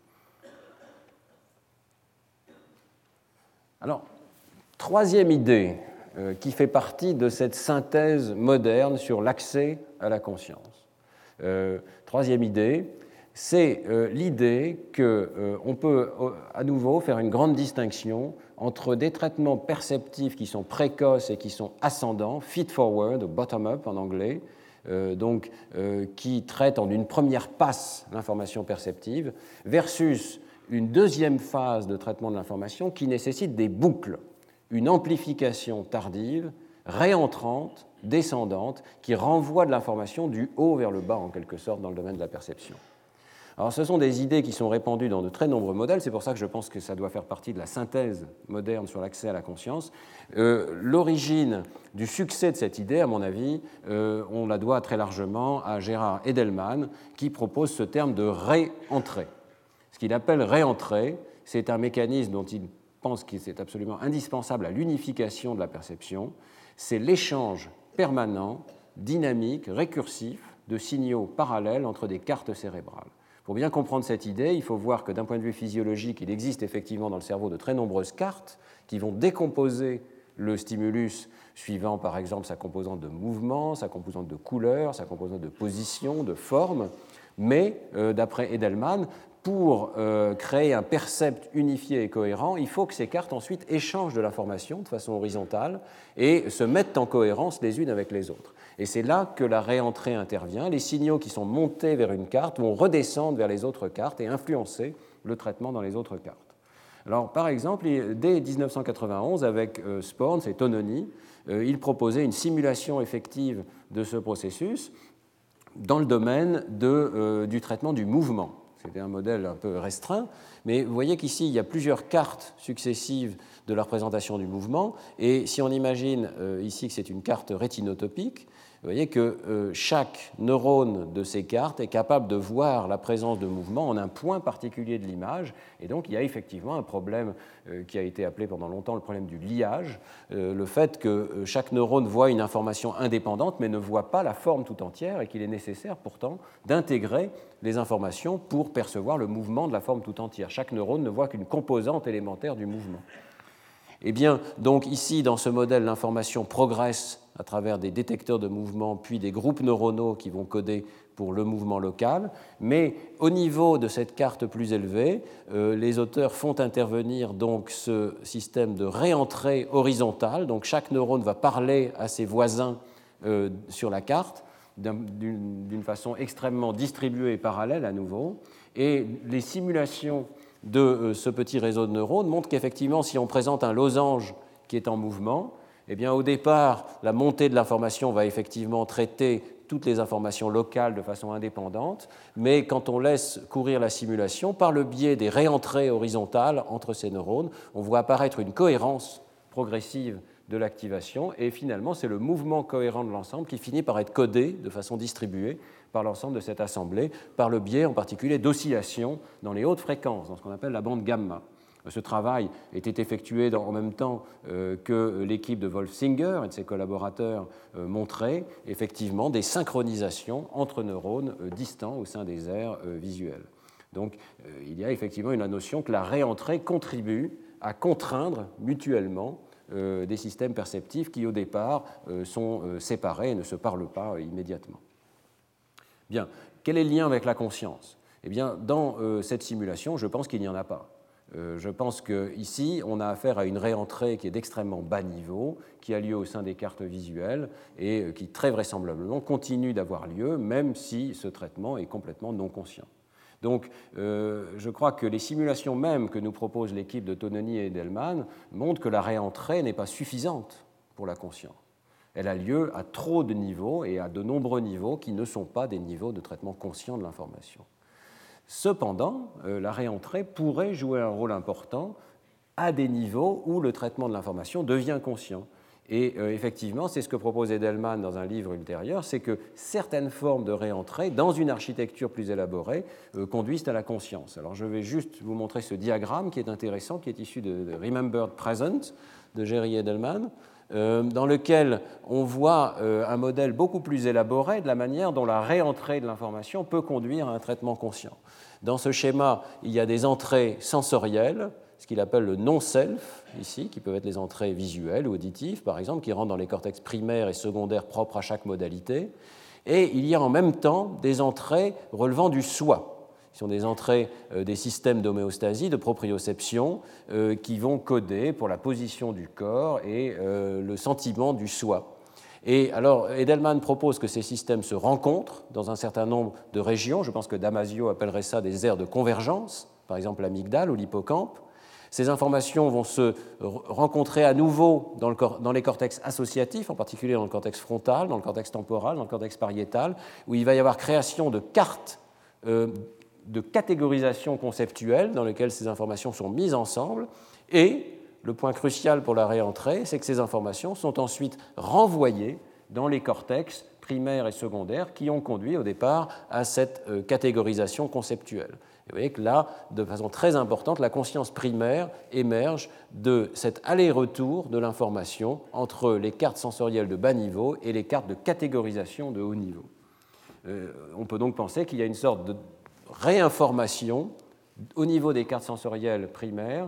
Alors, troisième idée euh, qui fait partie de cette synthèse moderne sur l'accès à la conscience. Euh, troisième idée, c'est euh, l'idée qu'on euh, peut euh, à nouveau faire une grande distinction entre des traitements perceptifs qui sont précoces et qui sont ascendants, feed-forward ou bottom-up en anglais, euh, donc euh, qui traitent en une première passe l'information perceptive, versus une deuxième phase de traitement de l'information qui nécessite des boucles, une amplification tardive, réentrante, descendante, qui renvoie de l'information du haut vers le bas en quelque sorte dans le domaine de la perception. Alors, ce sont des idées qui sont répandues dans de très nombreux modèles, c'est pour ça que je pense que ça doit faire partie de la synthèse moderne sur l'accès à la conscience. Euh, l'origine du succès de cette idée, à mon avis, euh, on la doit très largement à Gerhard Edelman, qui propose ce terme de réentrée. Ce qu'il appelle réentrée, c'est un mécanisme dont il pense qu'il est absolument indispensable à l'unification de la perception, c'est l'échange permanent, dynamique, récursif de signaux parallèles entre des cartes cérébrales. Pour bien comprendre cette idée, il faut voir que d'un point de vue physiologique, il existe effectivement dans le cerveau de très nombreuses cartes qui vont décomposer le stimulus suivant par exemple sa composante de mouvement, sa composante de couleur, sa composante de position, de forme, mais euh, d'après Edelman, pour euh, créer un percept unifié et cohérent, il faut que ces cartes ensuite échangent de l'information de façon horizontale et se mettent en cohérence les unes avec les autres. Et c'est là que la réentrée intervient. Les signaux qui sont montés vers une carte vont redescendre vers les autres cartes et influencer le traitement dans les autres cartes. Alors, par exemple, dès dix-neuf cent quatre-vingt-onze, avec euh, Sporns et Tononi, euh, il proposait une simulation effective de ce processus dans le domaine de, euh, du traitement du mouvement. C'était un modèle un peu restreint, mais vous voyez qu'ici, il y a plusieurs cartes successives de la représentation du mouvement, et si on imagine euh, ici que c'est une carte rétinotopique, Vous voyez que euh, chaque neurone de ces cartes est capable de voir la présence de mouvement en un point particulier de l'image, et donc il y a effectivement un problème euh, qui a été appelé pendant longtemps le problème du liage, euh, le fait que euh, chaque neurone voit une information indépendante mais ne voit pas la forme tout entière, et qu'il est nécessaire pourtant d'intégrer les informations pour percevoir le mouvement de la forme tout entière. Chaque neurone ne voit qu'une composante élémentaire du mouvement. Eh bien, donc ici, dans ce modèle, l'information progresse à travers des détecteurs de mouvement, puis des groupes neuronaux qui vont coder pour le mouvement local. Mais au niveau de cette carte plus élevée, euh, les auteurs font intervenir donc ce système de réentrée horizontale. Donc chaque neurone va parler à ses voisins euh, sur la carte d'une, d'une façon extrêmement distribuée et parallèle à nouveau. Et les simulations de ce petit réseau de neurones montre qu'effectivement, si on présente un losange qui est en mouvement, eh bien, au départ, la montée de l'information va effectivement traiter toutes les informations locales de façon indépendante, mais quand on laisse courir la simulation, par le biais des réentrées horizontales entre ces neurones, on voit apparaître une cohérence progressive de l'activation, et finalement, c'est le mouvement cohérent de l'ensemble qui finit par être codé de façon distribuée par l'ensemble de cette assemblée, par le biais en particulier d'oscillations dans les hautes fréquences, dans ce qu'on appelle la bande gamma. Ce travail était effectué dans, en même temps euh, que l'équipe de Wolf-Singer et de ses collaborateurs euh, montrait effectivement des synchronisations entre neurones euh, distants au sein des aires euh, visuelles. Donc euh, il y a effectivement une notion que la réentrée contribue à contraindre mutuellement euh, des systèmes perceptifs qui au départ euh, sont euh, séparés et ne se parlent pas euh, immédiatement. Bien, quel est le lien avec la conscience? Eh bien, dans euh, cette simulation, je pense qu'il n'y en a pas. Euh, je pense qu'ici, on a affaire à une réentrée qui est d'extrêmement bas niveau, qui a lieu au sein des cartes visuelles et euh, qui, très vraisemblablement, continue d'avoir lieu, même si ce traitement est complètement non conscient. Donc, euh, je crois que les simulations même que nous propose l'équipe de Tononi et Edelman montrent que la réentrée n'est pas suffisante pour la conscience. Elle a lieu à trop de niveaux et à de nombreux niveaux qui ne sont pas des niveaux de traitement conscient de l'information. Cependant, euh, la réentrée pourrait jouer un rôle important à des niveaux où le traitement de l'information devient conscient. Et euh, effectivement, c'est ce que propose Edelman dans un livre ultérieur, c'est que certaines formes de réentrée, dans une architecture plus élaborée, euh, conduisent à la conscience. Alors je vais juste vous montrer ce diagramme qui est intéressant, qui est issu de, de Remembered Present de Jerry Edelman, euh, dans lequel on voit euh, un modèle beaucoup plus élaboré de la manière dont la réentrée de l'information peut conduire à un traitement conscient. Dans ce schéma, il y a des entrées sensorielles, ce qu'il appelle le non-self, ici, qui peuvent être les entrées visuelles ou auditives, par exemple, qui rentrent dans les cortex primaires et secondaires propres à chaque modalité. Et il y a en même temps des entrées relevant du soi, qui sont des entrées euh, des systèmes d'homéostasie, de proprioception, euh, qui vont coder pour la position du corps et euh, le sentiment du soi. Et alors, Edelman propose que ces systèmes se rencontrent dans un certain nombre de régions. Je pense que Damasio appellerait ça des aires de convergence, par exemple l'amygdale ou l'hippocampe. Ces informations vont se rencontrer à nouveau dans, le cor- dans les cortex associatifs, en particulier dans le cortex frontal, dans le cortex temporal, dans le cortex pariétal, où il va y avoir création de cartes euh, de catégorisation conceptuelle dans lesquelles ces informations sont mises ensemble. Et le point crucial pour la réentrée, c'est que ces informations sont ensuite renvoyées dans les cortex primaires et secondaires qui ont conduit au départ à cette euh, catégorisation conceptuelle. Et vous voyez que là, de façon très importante, la conscience primaire émerge de cet aller-retour de l'information entre les cartes sensorielles de bas niveau et les cartes de catégorisation de haut niveau. Euh, on peut donc penser qu'il y a une sorte de réinformation au niveau des cartes sensorielles primaires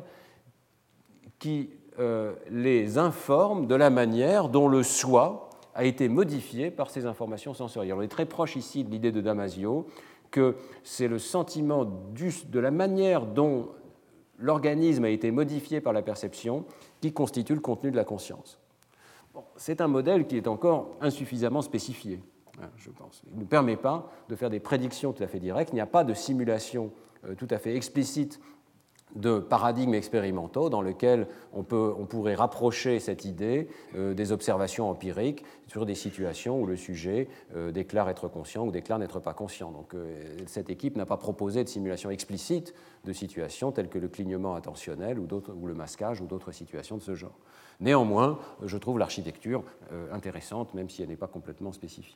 qui euh, les informe de la manière dont le soi a été modifié par ces informations sensorielles. On est très proche ici de l'idée de Damasio, que c'est le sentiment du, de la manière dont l'organisme a été modifié par la perception qui constitue le contenu de la conscience. Bon, c'est un modèle qui est encore insuffisamment spécifié, hein, je pense. Il ne nous permet pas de faire des prédictions tout à fait directes. Il n'y a pas de simulation euh, tout à fait explicite de paradigmes expérimentaux dans lesquels on, peut, on pourrait rapprocher cette idée euh, des observations empiriques sur des situations où le sujet euh, déclare être conscient ou déclare n'être pas conscient. Donc euh, cette équipe n'a pas proposé de simulation explicite de situations telles que le clignement attentionnel ou, ou le masquage ou d'autres situations de ce genre. Néanmoins, je trouve l'architecture euh, intéressante, même si elle n'est pas complètement spécifiée.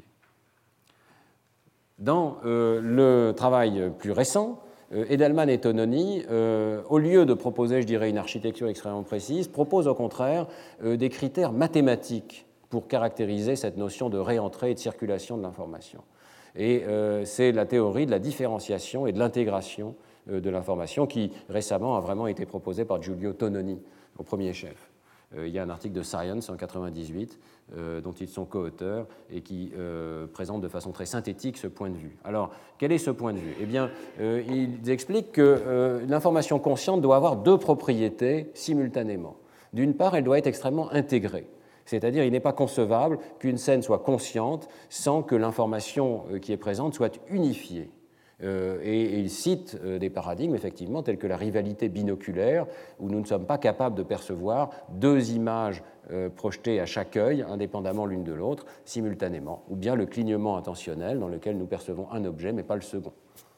Dans euh, le travail plus récent, Edelman et Tononi, euh, au lieu de proposer, je dirais, une architecture extrêmement précise, proposent au contraire euh, des critères mathématiques pour caractériser cette notion de réentrée et de circulation de l'information. Et euh, c'est la théorie de la différenciation et de l'intégration euh, de l'information qui, récemment, a vraiment été proposée par Giulio Tononi, au premier chef. Euh, il y a un article de Science en mille neuf cent quatre-vingt-dix-huit euh, dont ils sont co-auteurs et qui euh, présente de façon très synthétique ce point de vue. Alors, quel est ce point de vue? Eh bien, euh, ils expliquent que euh, l'information consciente doit avoir deux propriétés simultanément. D'une part, elle doit être extrêmement intégrée. C'est-à-dire il n'est pas concevable qu'une scène soit consciente sans que l'information qui est présente soit unifiée. Euh, et, et il cite euh, des paradigmes, effectivement, tels que la rivalité binoculaire, où nous ne sommes pas capables de percevoir deux images euh, projetées à chaque œil, indépendamment l'une de l'autre, simultanément, ou bien le clignement intentionnel, dans lequel nous percevons un objet, mais pas le second.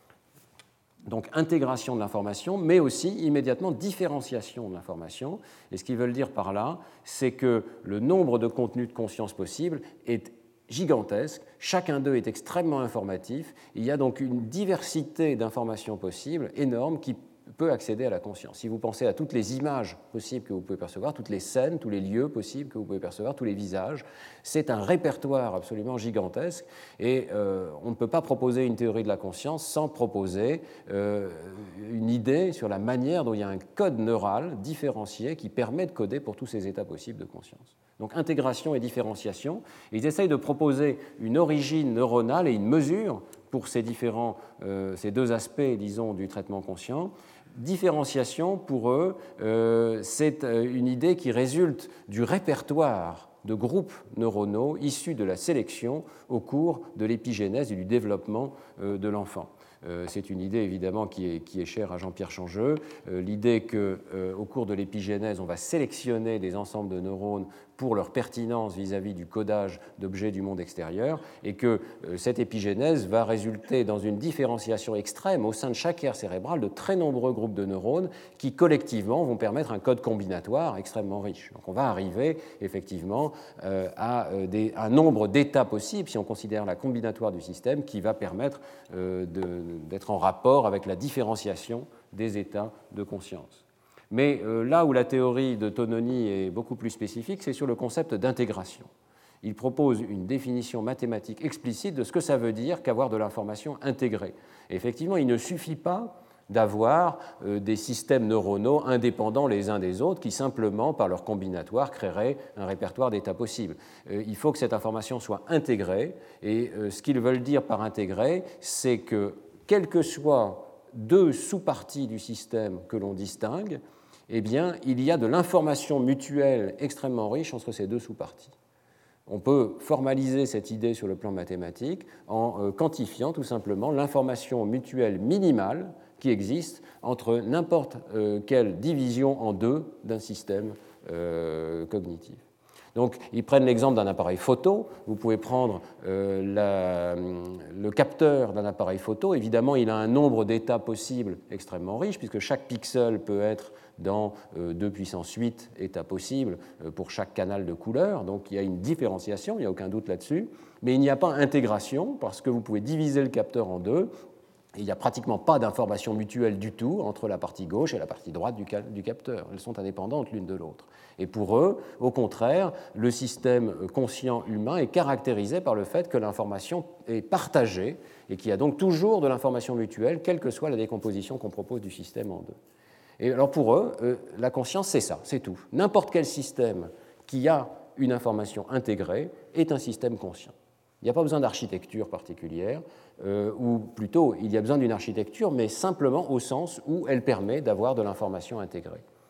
Donc intégration de l'information, mais aussi immédiatement différenciation de l'information. Et ce qu'ils veulent dire par là, c'est que le nombre de contenus de conscience possibles est gigantesque, chacun d'eux est extrêmement informatif, il y a donc une diversité d'informations possibles énorme qui peut accéder à la conscience. Si vous pensez à toutes les images possibles que vous pouvez percevoir, toutes les scènes, tous les lieux possibles que vous pouvez percevoir, tous les visages, c'est un répertoire absolument gigantesque et euh, on ne peut pas proposer une théorie de la conscience sans proposer euh, une idée sur la manière dont il y a un code neural différencié qui permet de coder pour tous ces états possibles de conscience. Donc intégration et différenciation. Ils essayent de proposer une origine neuronale et une mesure pour ces, différents, euh, ces deux aspects, disons, du traitement conscient. Différenciation, pour eux, euh, c'est une idée qui résulte du répertoire de groupes neuronaux issus de la sélection au cours de l'épigénèse et du développement euh, de l'enfant. Euh, c'est une idée évidemment qui est, qui est chère à Jean-Pierre Changeux, euh, l'idée qu'au euh, cours de l'épigénèse, on va sélectionner des ensembles de neurones pour leur pertinence vis-à-vis du codage d'objets du monde extérieur et que euh, cette épigénèse va résulter dans une différenciation extrême au sein de chaque aire cérébrale de très nombreux groupes de neurones qui collectivement vont permettre un code combinatoire extrêmement riche. Donc on va arriver effectivement euh, à euh, des, un nombre d'états possibles si on considère la combinatoire du système qui va permettre euh, de, d'être en rapport avec la différenciation des états de conscience. Mais euh, là où la théorie de Tononi est beaucoup plus spécifique, c'est sur le concept d'intégration. Il propose une définition mathématique explicite de ce que ça veut dire qu'avoir de l'information intégrée. Et effectivement, il ne suffit pas d'avoir euh, des systèmes neuronaux indépendants les uns des autres qui simplement, par leur combinatoire, créeraient un répertoire d'états possibles. Euh, il faut que cette information soit intégrée, et euh, ce qu'ils veulent dire par intégrée, c'est que, quelles que soient deux sous-parties du système que l'on distingue, eh bien, il y a de l'information mutuelle extrêmement riche entre ces deux sous-parties. On peut formaliser cette idée sur le plan mathématique en euh, quantifiant tout simplement l'information mutuelle minimale qui existe entre n'importe euh, quelle division en deux d'un système euh, cognitif. Donc, ils prennent l'exemple d'un appareil photo. Vous pouvez prendre euh, la, le capteur d'un appareil photo. Évidemment, il a un nombre d'états possibles extrêmement riche, puisque chaque pixel peut être dans euh, deux puissance huit états possibles euh, pour chaque canal de couleur. Donc, il y a une différenciation, il n'y a aucun doute là-dessus. Mais il n'y a pas intégration, parce que vous pouvez diviser le capteur en deux. Et il n'y a pratiquement pas d'information mutuelle du tout entre la partie gauche et la partie droite du, du capteur. Elles sont indépendantes l'une de l'autre. Et pour eux, au contraire, le système conscient humain est caractérisé par le fait que l'information est partagée et qu'il y a donc toujours de l'information mutuelle, quelle que soit la décomposition qu'on propose du système en deux. Et alors pour eux, euh, la conscience, c'est ça, c'est tout. N'importe quel système qui a une information intégrée est un système conscient. Il n'y a pas besoin d'architecture particulière, euh, ou plutôt, il y a besoin d'une architecture, mais simplement au sens où elle permet d'avoir de l'information intégrée.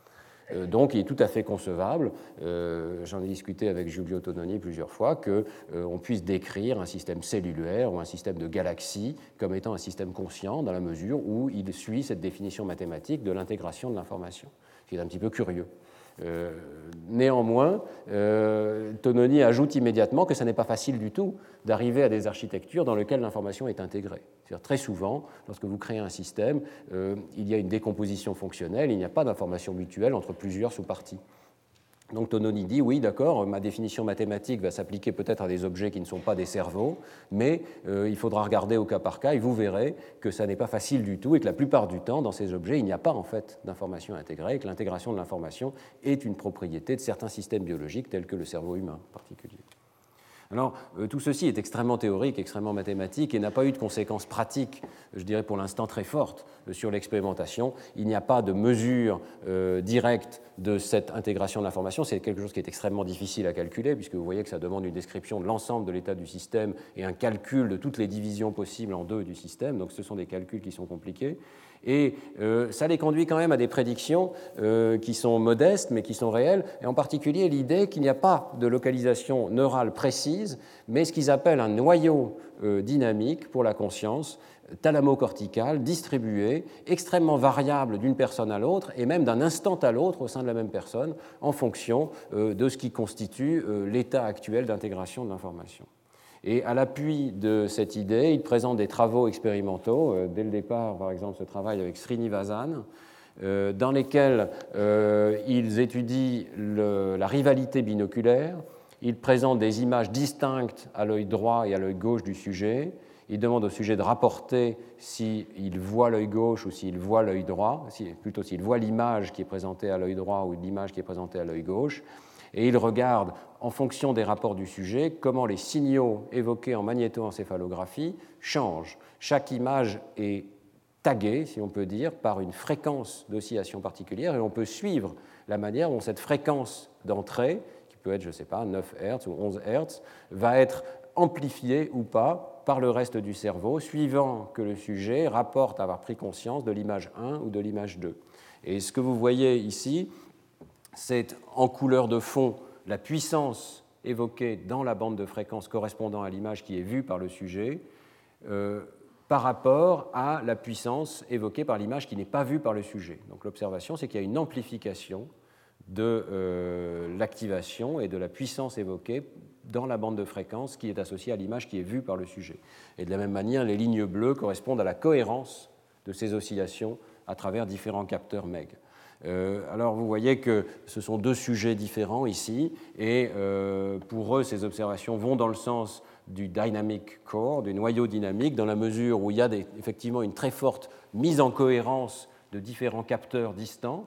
Euh, donc il est tout à fait concevable, euh, j'en ai discuté avec Giulio Tononi plusieurs fois, qu'on euh, puisse décrire un système cellulaire ou un système de galaxies comme étant un système conscient dans la mesure où il suit cette définition mathématique de l'intégration de l'information, ce qui est un petit peu curieux. Euh, néanmoins, euh, Tononi ajoute immédiatement que ce n'est pas facile du tout d'arriver à des architectures dans lesquelles l'information est intégrée. C'est-à-dire, très souvent, lorsque vous créez un système, euh, il y a une décomposition fonctionnelle, il n'y a pas d'information mutuelle entre plusieurs sous-parties. Donc Tononi dit, oui, d'accord, ma définition mathématique va s'appliquer peut-être à des objets qui ne sont pas des cerveaux, mais euh, il faudra regarder au cas par cas et vous verrez que ça n'est pas facile du tout et que la plupart du temps, dans ces objets, il n'y a pas en fait d'information intégrée et que l'intégration de l'information est une propriété de certains systèmes biologiques tels que le cerveau humain en particulier. Alors, euh, tout ceci est extrêmement théorique, extrêmement mathématique et n'a pas eu de conséquences pratiques, je dirais pour l'instant très fortes, euh, sur l'expérimentation. Il n'y a pas de mesure euh, directe de cette intégration de l'information. C'est quelque chose qui est extrêmement difficile à calculer, puisque vous voyez que ça demande une description de l'ensemble de l'état du système et un calcul de toutes les divisions possibles en deux du système. Donc, ce sont des calculs qui sont compliqués. Et euh, ça les conduit quand même à des prédictions euh, qui sont modestes mais qui sont réelles, et en particulier l'idée qu'il n'y a pas de localisation neurale précise, mais ce qu'ils appellent un noyau euh, dynamique pour la conscience, thalamo-cortical, distribué, extrêmement variable d'une personne à l'autre et même d'un instant à l'autre au sein de la même personne en fonction euh, de ce qui constitue euh, l'état actuel d'intégration de l'information. Et à l'appui de cette idée, il présente des travaux expérimentaux, euh, dès le départ, par exemple, ce travail avec Srinivasan, euh, dans lesquels euh, ils étudient le, la rivalité binoculaire, ils présentent des images distinctes à l'œil droit et à l'œil gauche du sujet, ils demandent au sujet de rapporter s'il voit l'œil gauche ou s'il voit l'œil droit, si, plutôt s'il voit l'image qui est présentée à l'œil droit ou l'image qui est présentée à l'œil gauche, et il regarde, en fonction des rapports du sujet, comment les signaux évoqués en magnétoencéphalographie changent. Chaque image est taguée, si on peut dire, par une fréquence d'oscillation particulière, et on peut suivre la manière dont cette fréquence d'entrée, qui peut être, je ne sais pas, neuf hertz ou onze hertz, va être amplifiée ou pas par le reste du cerveau, suivant que le sujet rapporte avoir pris conscience de l'image un ou de l'image deux. Et ce que vous voyez ici, c'est en couleur de fond la puissance évoquée dans la bande de fréquence correspondant à l'image qui est vue par le sujet euh, par rapport à la puissance évoquée par l'image qui n'est pas vue par le sujet. Donc l'observation, c'est qu'il y a une amplification de euh, l'activation et de la puissance évoquée dans la bande de fréquence qui est associée à l'image qui est vue par le sujet. Et de la même manière, les lignes bleues correspondent à la cohérence de ces oscillations à travers différents capteurs M E G. Euh, alors vous voyez que ce sont deux sujets différents ici, et euh, pour eux, ces observations vont dans le sens du dynamic core, du noyau dynamique, dans la mesure où il y a des, effectivement une très forte mise en cohérence de différents capteurs distants,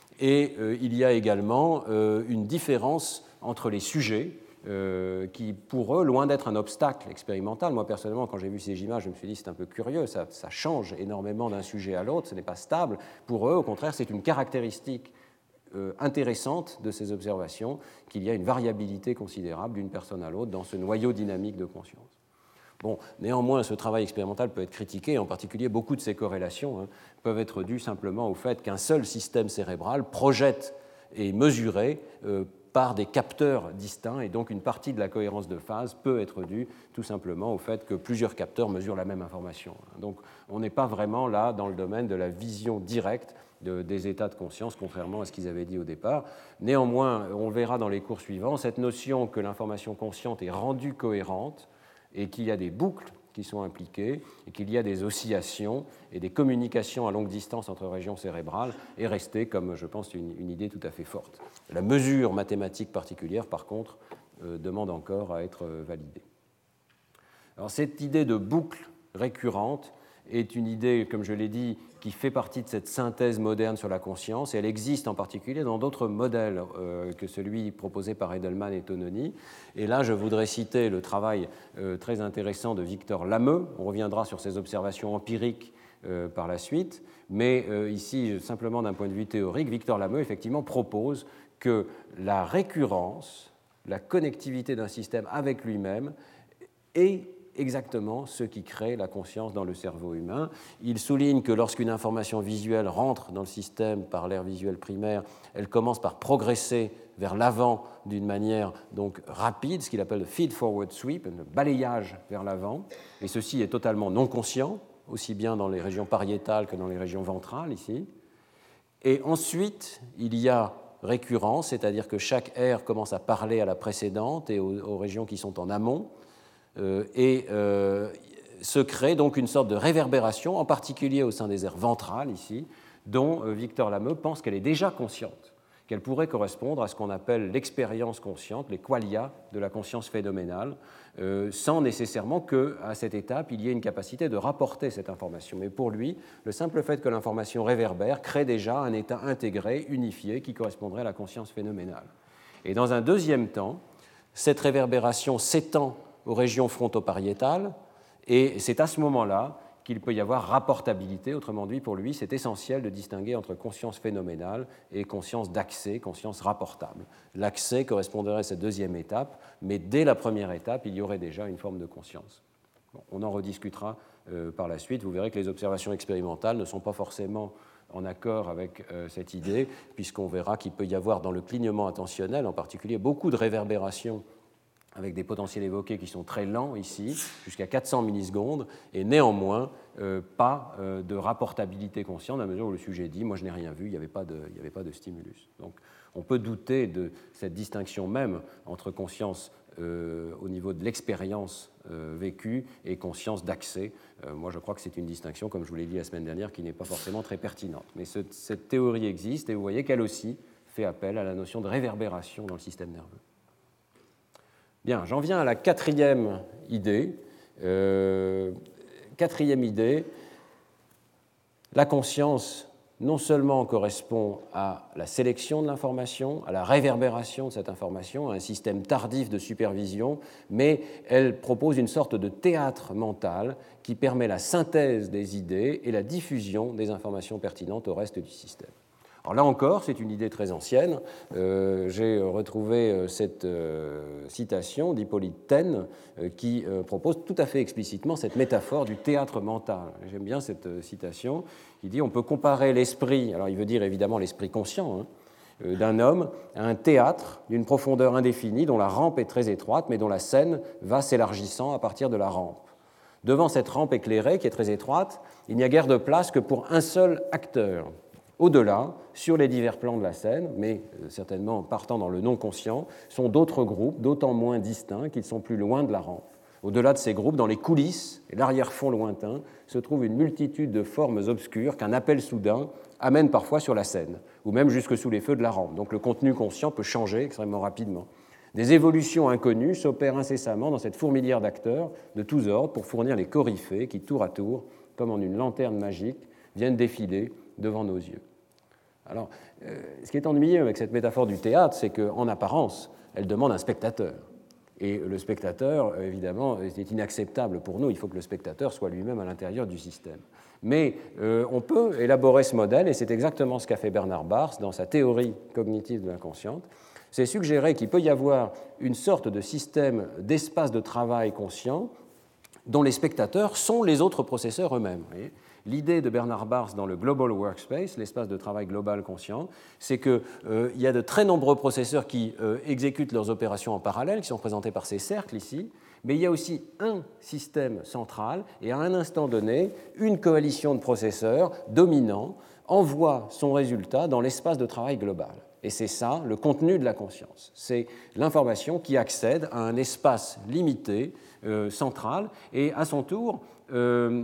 et euh, il y a également euh, une différence entre les sujets, Euh, qui, pour eux, loin d'être un obstacle expérimental. Moi, personnellement, quand j'ai vu ces images, je me suis dit c'est un peu curieux, ça, ça change énormément d'un sujet à l'autre, ce n'est pas stable. Pour eux, au contraire, c'est une caractéristique euh, intéressante de ces observations, qu'il y a une variabilité considérable d'une personne à l'autre dans ce noyau dynamique de conscience. Bon, néanmoins, ce travail expérimental peut être critiqué, en particulier beaucoup de ces corrélations hein, peuvent être dues simplement au fait qu'un seul système cérébral projette et mesurait euh, par des capteurs distincts, et donc une partie de la cohérence de phase peut être due tout simplement au fait que plusieurs capteurs mesurent la même information. Donc on n'est pas vraiment là dans le domaine de la vision directe de, des états de conscience, contrairement à ce qu'ils avaient dit au départ. Néanmoins, on verra dans les cours suivants, cette notion que l'information consciente est rendue cohérente et qu'il y a des boucles qui sont impliquées et qu'il y a des oscillations et des communications à longue distance entre régions cérébrales est restée, comme je pense, une, une idée tout à fait forte. La mesure mathématique particulière, par contre, euh, demande encore à être validée. Alors, cette idée de boucle récurrente est une idée, comme je l'ai dit, qui fait partie de cette synthèse moderne sur la conscience, et elle existe en particulier dans d'autres modèles euh, que celui proposé par Edelman et Tononi. Et là, je voudrais citer le travail euh, très intéressant de Victor Lameux. On reviendra sur ses observations empiriques euh, par la suite, mais euh, ici, simplement d'un point de vue théorique, Victor Lameux, effectivement, propose que la récurrence, la connectivité d'un système avec lui-même est exactement ce qui crée la conscience dans le cerveau humain. Il souligne que lorsqu'une information visuelle rentre dans le système par l'aire visuelle primaire, elle commence par progresser vers l'avant d'une manière donc rapide, ce qu'il appelle le feed-forward sweep, le balayage vers l'avant, et ceci est totalement non conscient, aussi bien dans les régions pariétales que dans les régions ventrales ici. Et ensuite, il y a récurrence, c'est-à-dire que chaque aire commence à parler à la précédente et aux, aux régions qui sont en amont, euh, et euh, se crée donc une sorte de réverbération, en particulier au sein des aires ventrales ici, dont euh, Victor Lameux pense qu'elle est déjà consciente, qu'elle pourrait correspondre à ce qu'on appelle l'expérience consciente, les qualia de la conscience phénoménale, euh, sans nécessairement qu'à cette étape, il y ait une capacité de rapporter cette information. Mais pour lui, le simple fait que l'information réverbère crée déjà un état intégré, unifié, qui correspondrait à la conscience phénoménale. Et dans un deuxième temps, cette réverbération s'étend aux régions frontopariétales, et c'est à ce moment-là qu'il peut y avoir rapportabilité. Autrement dit, pour lui, c'est essentiel de distinguer entre conscience phénoménale et conscience d'accès, conscience rapportable. L'accès correspondrait à cette deuxième étape, mais dès la première étape, il y aurait déjà une forme de conscience. Bon, on en rediscutera euh, par la suite. Vous verrez que les observations expérimentales ne sont pas forcément en accord avec euh, cette idée, puisqu'on verra qu'il peut y avoir dans le clignement attentionnel, en particulier, beaucoup de réverbérations avec des potentiels évoqués qui sont très lents ici, jusqu'à quatre cents millisecondes, et néanmoins euh, pas euh, de rapportabilité consciente, à mesure où le sujet dit « moi je n'ai rien vu, il n'y avait pas de, il n'y avait pas de stimulus ». Donc on peut douter de cette distinction même entre conscience euh, au niveau de l'expérience euh, vécue et conscience d'accès. Euh, moi je crois que c'est une distinction, comme je vous l'ai dit la semaine dernière, qui n'est pas forcément très pertinente. Mais ce, cette théorie existe, et vous voyez qu'elle aussi fait appel à la notion de réverbération dans le système nerveux. Bien, j'en viens à la quatrième idée. Euh, quatrième idée, la conscience non seulement correspond à la sélection de l'information, à la réverbération de cette information, à un système tardif de supervision, mais elle propose une sorte de théâtre mental qui permet la synthèse des idées et la diffusion des informations pertinentes au reste du système. Alors là encore, c'est une idée très ancienne. Euh, j'ai retrouvé cette euh, citation d'Hippolyte Taine euh, qui euh, propose tout à fait explicitement cette métaphore du théâtre mental. J'aime bien cette euh, citation qui dit on peut comparer l'esprit, alors il veut dire évidemment l'esprit conscient, hein, euh, d'un homme à un théâtre d'une profondeur indéfinie dont la rampe est très étroite mais dont la scène va s'élargissant à partir de la rampe. Devant cette rampe éclairée qui est très étroite, il n'y a guère de place que pour un seul acteur. Au-delà, sur les divers plans de la scène, mais certainement partant dans le non-conscient, sont d'autres groupes, d'autant moins distincts qu'ils sont plus loin de la rampe. Au-delà de ces groupes, dans les coulisses et l'arrière-fond lointain, se trouve une multitude de formes obscures qu'un appel soudain amène parfois sur la scène, ou même jusque sous les feux de la rampe. Donc le contenu conscient peut changer extrêmement rapidement. Des évolutions inconnues s'opèrent incessamment dans cette fourmilière d'acteurs de tous ordres pour fournir les coryphées qui, tour à tour, comme en une lanterne magique, viennent défiler devant nos yeux. Alors, euh, ce qui est ennuyeux avec cette métaphore du théâtre, c'est qu'en apparence, elle demande un spectateur. Et le spectateur, évidemment, est inacceptable pour nous. Il faut que le spectateur soit lui-même à l'intérieur du système. Mais euh, on peut élaborer ce modèle, et c'est exactement ce qu'a fait Bernard Baars dans sa théorie cognitive de l'inconsciente. C'est suggérer qu'il peut y avoir une sorte de système d'espace de travail conscient dont les spectateurs sont les autres processeurs eux-mêmes. Vous voyez ? L'idée de Bernard Baars dans le Global Workspace, l'espace de travail global conscient, c'est qu'il euh, y a de très nombreux processeurs qui euh, exécutent leurs opérations en parallèle, qui sont présentés par ces cercles ici, mais il y a aussi un système central, et à un instant donné, une coalition de processeurs dominants envoie son résultat dans l'espace de travail global. Et c'est ça, le contenu de la conscience. C'est l'information qui accède à un espace limité, euh, central, et à son tour, Euh,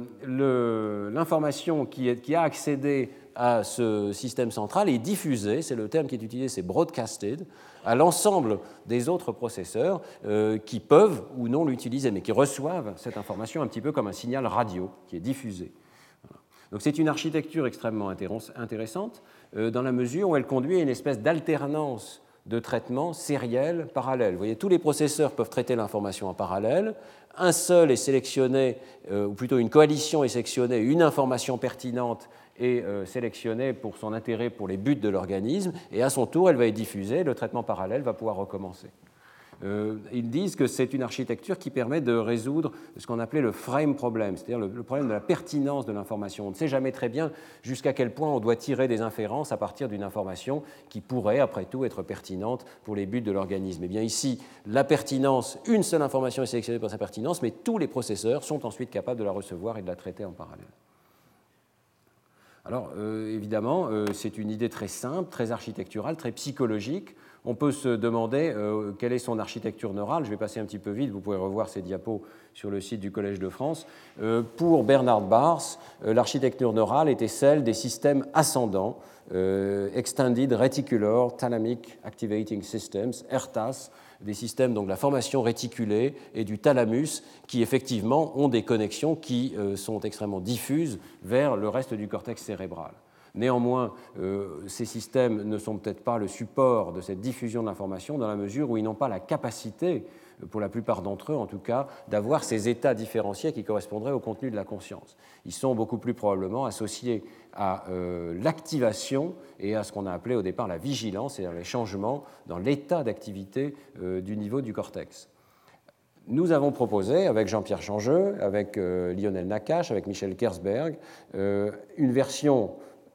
le, l'information qui, est, qui a accédé à ce système central est diffusée, c'est le terme qui est utilisé, c'est broadcasted, à l'ensemble des autres processeurs euh, qui peuvent ou non l'utiliser, mais qui reçoivent cette information un petit peu comme un signal radio qui est diffusé. Voilà. Donc c'est une architecture extrêmement intéressante euh, dans la mesure où elle conduit à une espèce d'alternance de traitement sériel parallèle. Vous voyez, tous les processeurs peuvent traiter l'information en parallèle. Un seul est sélectionné, euh, ou plutôt une coalition est sélectionnée, une information pertinente est euh, sélectionnée pour son intérêt pour les buts de l'organisme, et à son tour, elle va être diffusée, le traitement parallèle va pouvoir recommencer. Euh, ils disent que c'est une architecture qui permet de résoudre ce qu'on appelait le frame problem, c'est-à-dire le, le problème de la pertinence de l'information. On ne sait jamais très bien jusqu'à quel point on doit tirer des inférences à partir d'une information qui pourrait, après tout, être pertinente pour les buts de l'organisme. Et bien ici, la pertinence, une seule information est sélectionnée pour sa pertinence, mais tous les processeurs sont ensuite capables de la recevoir et de la traiter en parallèle. Alors, euh, évidemment, euh, c'est une idée très simple, très architecturale, très psychologique. On peut se demander euh, quelle est son architecture neurale. Je vais passer un petit peu vite, vous pouvez revoir ces diapos sur le site du Collège de France. Euh, pour Bernard Baars, euh, l'architecture neurale était celle des systèmes ascendants, euh, Extended Reticular Thalamic Activating Systems, E R T A S, des systèmes donc de la formation réticulée et du thalamus qui effectivement ont des connexions qui euh, sont extrêmement diffuses vers le reste du cortex cérébral. Néanmoins, euh, ces systèmes ne sont peut-être pas le support de cette diffusion de l'information dans la mesure où ils n'ont pas la capacité, pour la plupart d'entre eux en tout cas, d'avoir ces états différenciés qui correspondraient au contenu de la conscience. Ils sont beaucoup plus probablement associés à euh, l'activation et à ce qu'on a appelé au départ la vigilance, c'est-à-dire les changements dans l'état d'activité euh, du niveau du cortex. Nous avons proposé, avec Jean-Pierre Changeux, avec euh, Lionel Nakache, avec Michel Kersberg, euh, une version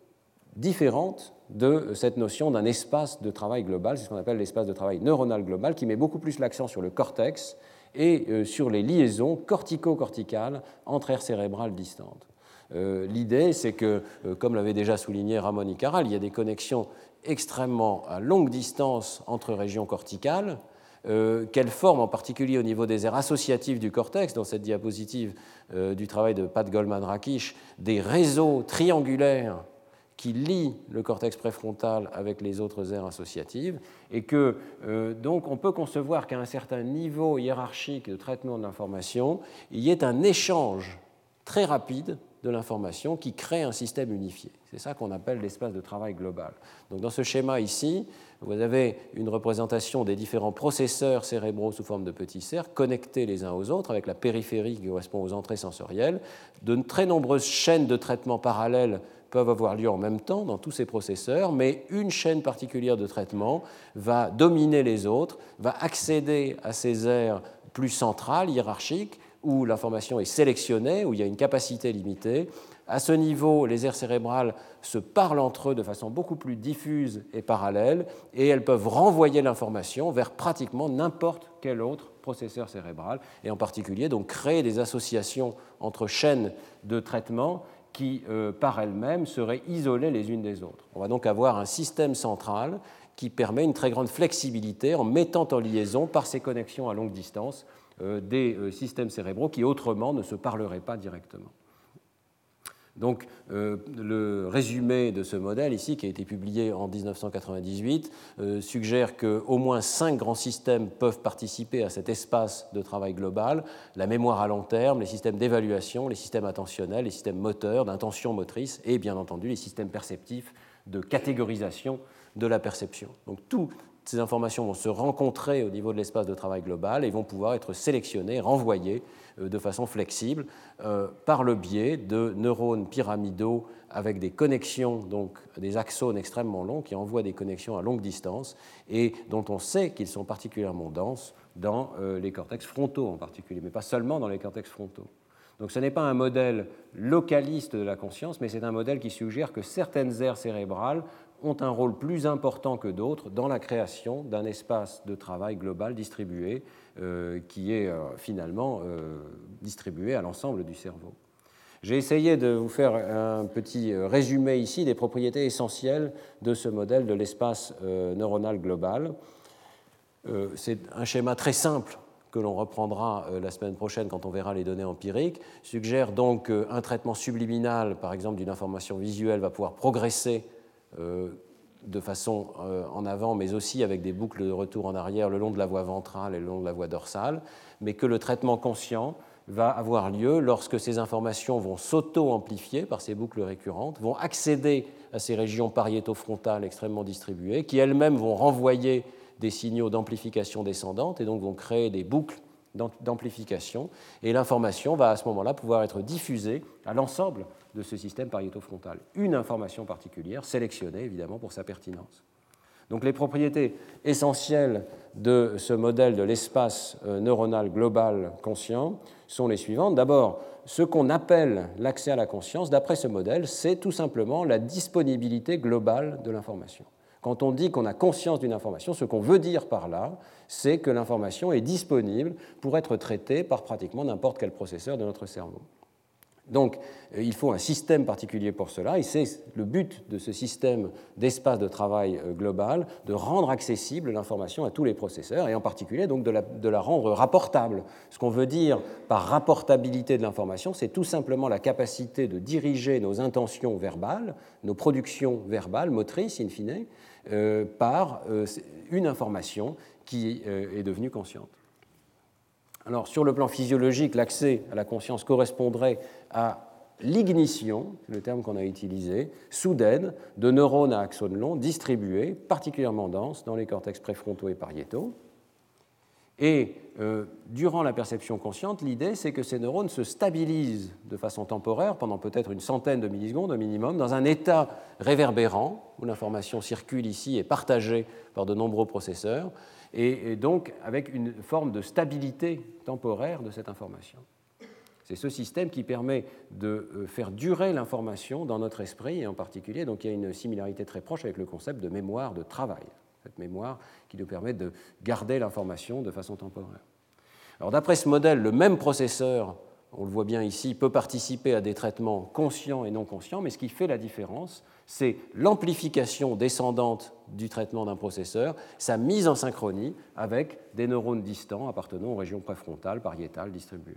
différente de cette notion d'un espace de travail global, c'est ce qu'on appelle l'espace de travail neuronal global, qui met beaucoup plus l'accent sur le cortex et euh, sur les liaisons cortico-corticales entre aires cérébrales distantes. Euh, l'idée, c'est que, euh, comme l'avait déjà souligné Ramon y Caral, il y a des connexions extrêmement à longue distance entre régions corticales, euh, qu'elles forment en particulier au niveau des aires associatives du cortex, dans cette diapositive euh, du travail de Pat Goldman-Rakish, des réseaux triangulaires qui lie le cortex préfrontal avec les autres aires associatives, et que euh, donc on peut concevoir qu'à un certain niveau hiérarchique de traitement de l'information, il y ait un échange très rapide de l'information qui crée un système unifié. C'est ça qu'on appelle l'espace de travail global. Donc dans ce schéma ici, vous avez une représentation des différents processeurs cérébraux sous forme de petits cercles connectés les uns aux autres avec la périphérie qui correspond aux entrées sensorielles. De très nombreuses chaînes de traitement parallèles peuvent avoir lieu en même temps dans tous ces processeurs, mais une chaîne particulière de traitement va dominer les autres, va accéder à ces aires plus centrales, hiérarchiques, où l'information est sélectionnée, où il y a une capacité limitée. À ce niveau, les aires cérébrales se parlent entre eux de façon beaucoup plus diffuse et parallèle, et elles peuvent renvoyer l'information vers pratiquement n'importe quel autre processeur cérébral, et en particulier donc créer des associations entre chaînes de traitement qui, euh, par elles-mêmes, seraient isolées les unes des autres. On va donc avoir un système central qui permet une très grande flexibilité en mettant en liaison, par ces connexions à longue distance, euh, des euh, systèmes cérébraux qui autrement ne se parleraient pas directement. Donc, euh, le résumé de ce modèle ici, qui a été publié en mille neuf cent quatre-vingt-dix-huit, euh, suggère qu'au moins cinq grands systèmes peuvent participer à cet espace de travail global: la mémoire à long terme, les systèmes d'évaluation, les systèmes attentionnels, les systèmes moteurs, d'intention motrice et bien entendu les systèmes perceptifs de catégorisation de la perception. Donc, toutes ces informations vont se rencontrer au niveau de l'espace de travail global et vont pouvoir être sélectionnées, renvoyées de façon flexible euh, par le biais de neurones pyramidaux avec des connexions, donc des axones extrêmement longs qui envoient des connexions à longue distance et dont on sait qu'ils sont particulièrement denses dans euh, les cortex frontaux en particulier, mais pas seulement dans les cortex frontaux. Donc ce n'est pas un modèle localiste de la conscience, mais c'est un modèle qui suggère que certaines aires cérébrales ont un rôle plus important que d'autres dans la création d'un espace de travail global distribué euh, qui est euh, finalement euh, distribué à l'ensemble du cerveau. J'ai essayé de vous faire un petit résumé ici des propriétés essentielles de ce modèle de l'espace euh, neuronal global. Euh, c'est un schéma très simple que l'on reprendra euh, la semaine prochaine quand on verra les données empiriques, suggère donc qu'un traitement subliminal, par exemple d'une information visuelle, va pouvoir progresser Euh, de façon euh, en avant, mais aussi avec des boucles de retour en arrière le long de la voie ventrale et le long de la voie dorsale, mais que le traitement conscient va avoir lieu lorsque ces informations vont s'auto-amplifier par ces boucles récurrentes, vont accéder à ces régions pariétofrontales extrêmement distribuées, qui elles-mêmes vont renvoyer des signaux d'amplification descendante et donc vont créer des boucles d'amplification, et l'information va à ce moment-là pouvoir être diffusée à l'ensemble de ce système pariétofrontal. Une information particulière, sélectionnée évidemment pour sa pertinence. Donc les propriétés essentielles de ce modèle de l'espace neuronal global conscient sont les suivantes. D'abord, ce qu'on appelle l'accès à la conscience, d'après ce modèle, c'est tout simplement la disponibilité globale de l'information. Quand on dit qu'on a conscience d'une information, ce qu'on veut dire par là, c'est que l'information est disponible pour être traitée par pratiquement n'importe quel processeur de notre cerveau. Donc, il faut un système particulier pour cela, et c'est le but de ce système d'espace de travail global, de rendre accessible l'information à tous les processeurs, et en particulier donc de la, de la rendre rapportable. Ce qu'on veut dire par rapportabilité de l'information, c'est tout simplement la capacité de diriger nos intentions verbales, nos productions verbales, motrices, in fine, euh, par euh, une information qui euh, est devenue consciente. Alors, sur le plan physiologique, l'accès à la conscience correspondrait à l'ignition, c'est le terme qu'on a utilisé, soudaine de neurones à axones longs distribués, particulièrement denses, dans les cortex préfrontaux et pariétaux. Et euh, durant la perception consciente, l'idée, c'est que ces neurones se stabilisent de façon temporaire, pendant peut-être une centaine de millisecondes au minimum, dans un état réverbérant, où l'information circule ici et est partagée par de nombreux processeurs, et donc avec une forme de stabilité temporaire de cette information. C'est ce système qui permet de faire durer l'information dans notre esprit, et en particulier, donc il y a une similarité très proche avec le concept de mémoire de travail, cette mémoire qui nous permet de garder l'information de façon temporaire. Alors d'après ce modèle, le même processeur, on le voit bien ici, peut participer à des traitements conscients et non conscients, mais ce qui fait la différence, c'est l'amplification descendante du traitement d'un processeur, sa mise en synchronie avec des neurones distants appartenant aux régions préfrontales, pariétales distribuées.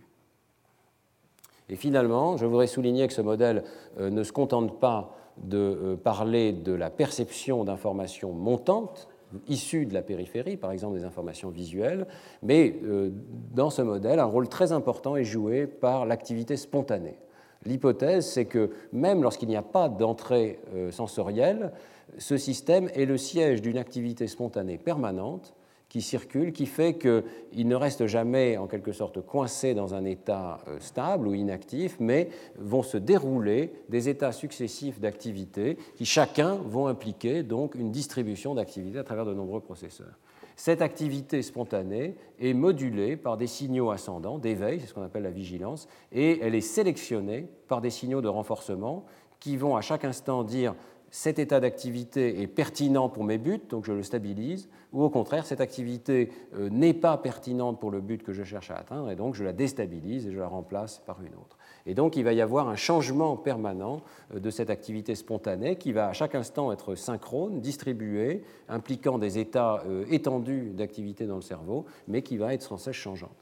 Et finalement, je voudrais souligner que ce modèle euh, ne se contente pas de euh, parler de la perception d'informations montantes, issues de la périphérie, par exemple des informations visuelles, mais euh, dans ce modèle, un rôle très important est joué par l'activité spontanée. L'hypothèse, c'est que même lorsqu'il n'y a pas d'entrée euh, sensorielle, ce système est le siège d'une activité spontanée permanente qui circule, qui fait qu'il ne reste jamais en quelque sorte coincé dans un état euh, stable ou inactif, mais vont se dérouler des états successifs d'activité qui chacun vont impliquer donc une distribution d'activité à travers de nombreux processeurs. Cette activité spontanée est modulée par des signaux ascendants d'éveil, c'est ce qu'on appelle la vigilance, et elle est sélectionnée par des signaux de renforcement qui vont à chaque instant dire cet état d'activité est pertinent pour mes buts, donc je le stabilise, ou au contraire, cette activité euh, n'est pas pertinente pour le but que je cherche à atteindre, et donc je la déstabilise et je la remplace par une autre. Et donc il va y avoir un changement permanent euh, de cette activité spontanée qui va à chaque instant être synchrone, distribuée, impliquant des états euh, étendus d'activité dans le cerveau, mais qui va être sans cesse changeante.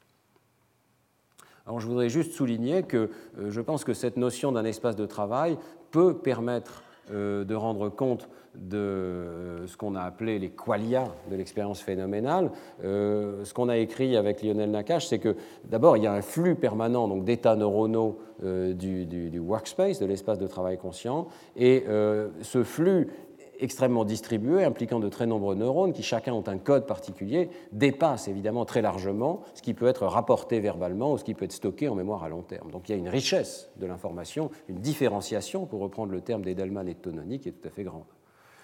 Alors je voudrais juste souligner que euh, je pense que cette notion d'un espace de travail peut permettre euh, de rendre compte de euh, ce qu'on a appelé les qualia de l'expérience phénoménale. Euh, ce qu'on a écrit avec Lionel Nakache, c'est que d'abord, il y a un flux permanent donc, d'états neuronaux euh, du, du, du workspace, de l'espace de travail conscient, et euh, ce flux extrêmement distribués, impliquant de très nombreux neurones qui chacun ont un code particulier, dépasse évidemment très largement ce qui peut être rapporté verbalement ou ce qui peut être stocké en mémoire à long terme. Donc il y a une richesse de l'information, une différenciation, pour reprendre le terme d'Edelman et de Tononi, qui est tout à fait grande.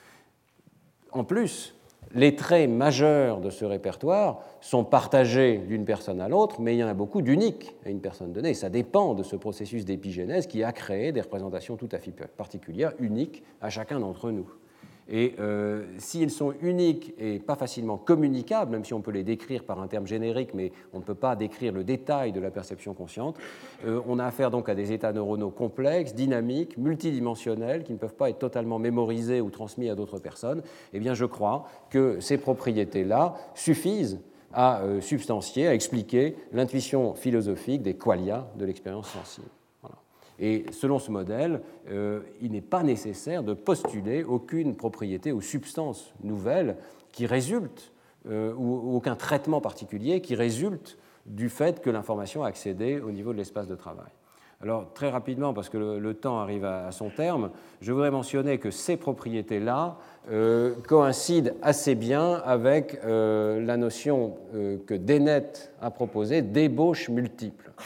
En plus, les traits majeurs de ce répertoire sont partagés d'une personne à l'autre, mais il y en a beaucoup d'uniques à une personne donnée. Ça dépend de ce processus d'épigénèse qui a créé des représentations tout à fait particulières, uniques à chacun d'entre nous. Et euh, s'ils sont uniques et pas facilement communicables, même si on peut les décrire par un terme générique, mais on ne peut pas décrire le détail de la perception consciente, euh, on a affaire donc à des états neuronaux complexes, dynamiques, multidimensionnels, qui ne peuvent pas être totalement mémorisés ou transmis à d'autres personnes. Eh bien, je crois que ces propriétés-là suffisent à euh, substantier, à expliquer l'intuition philosophique des qualia de l'expérience sensible. Et selon ce modèle, euh, il n'est pas nécessaire de postuler aucune propriété ou substance nouvelle qui résulte, euh, ou, ou aucun traitement particulier qui résulte du fait que l'information a accédé au niveau de l'espace de travail. Alors, très rapidement, parce que le, le temps arrive à, à son terme, je voudrais mentionner que ces propriétés-là euh, coïncident assez bien avec euh, la notion euh, que Dennett a proposée d'ébauche multiple.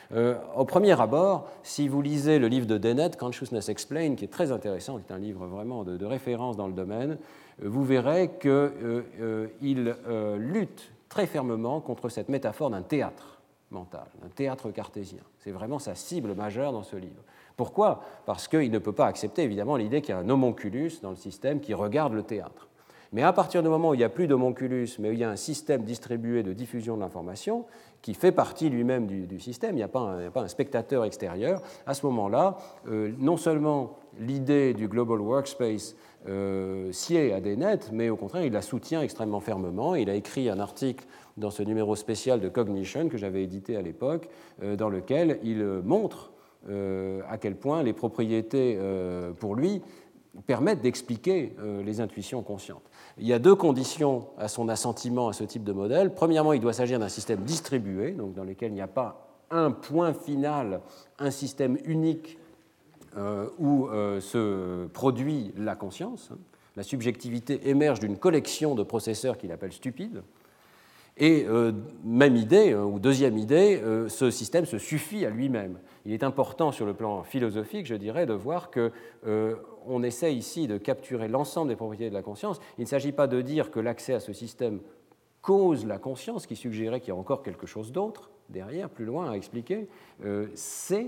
Euh, au premier abord, si vous lisez le livre de Dennett, Consciousness Explained, qui est très intéressant, qui est un livre vraiment de, de référence dans le domaine, euh, vous verrez qu'il euh, euh, euh, lutte très fermement contre cette métaphore d'un théâtre mental, d'un théâtre cartésien. C'est vraiment sa cible majeure dans ce livre. Pourquoi? Parce qu'il ne peut pas accepter évidemment l'idée qu'il y a un homonculus dans le système qui regarde le théâtre. Mais à partir du moment où il n'y a plus d'homonculus, mais où il y a un système distribué de diffusion de l'information qui fait partie lui-même du, du système, il n'y a, a pas un spectateur extérieur, à ce moment-là, euh, non seulement l'idée du Global Workspace euh, sied à Dennett, mais au contraire, il la soutient extrêmement fermement. Il a écrit un article dans ce numéro spécial de Cognition que j'avais édité à l'époque, euh, dans lequel il montre euh, à quel point les propriétés, euh, pour lui, permettent d'expliquer euh, les intuitions conscientes. Il y a deux conditions à son assentiment à ce type de modèle. Premièrement, il doit s'agir d'un système distribué, donc dans lequel il n'y a pas un point final, un système unique euh, où euh, se produit la conscience. La subjectivité émerge d'une collection de processeurs qu'il appelle stupides. Et euh, même idée, ou deuxième idée, euh, ce système se suffit à lui-même. Il est important sur le plan philosophique, je dirais, de voir que euh, on essaie ici de capturer l'ensemble des propriétés de la conscience. Il ne s'agit pas de dire que l'accès à ce système cause la conscience, qui suggérait qu'il y a encore quelque chose d'autre derrière, plus loin à expliquer. Euh, c'est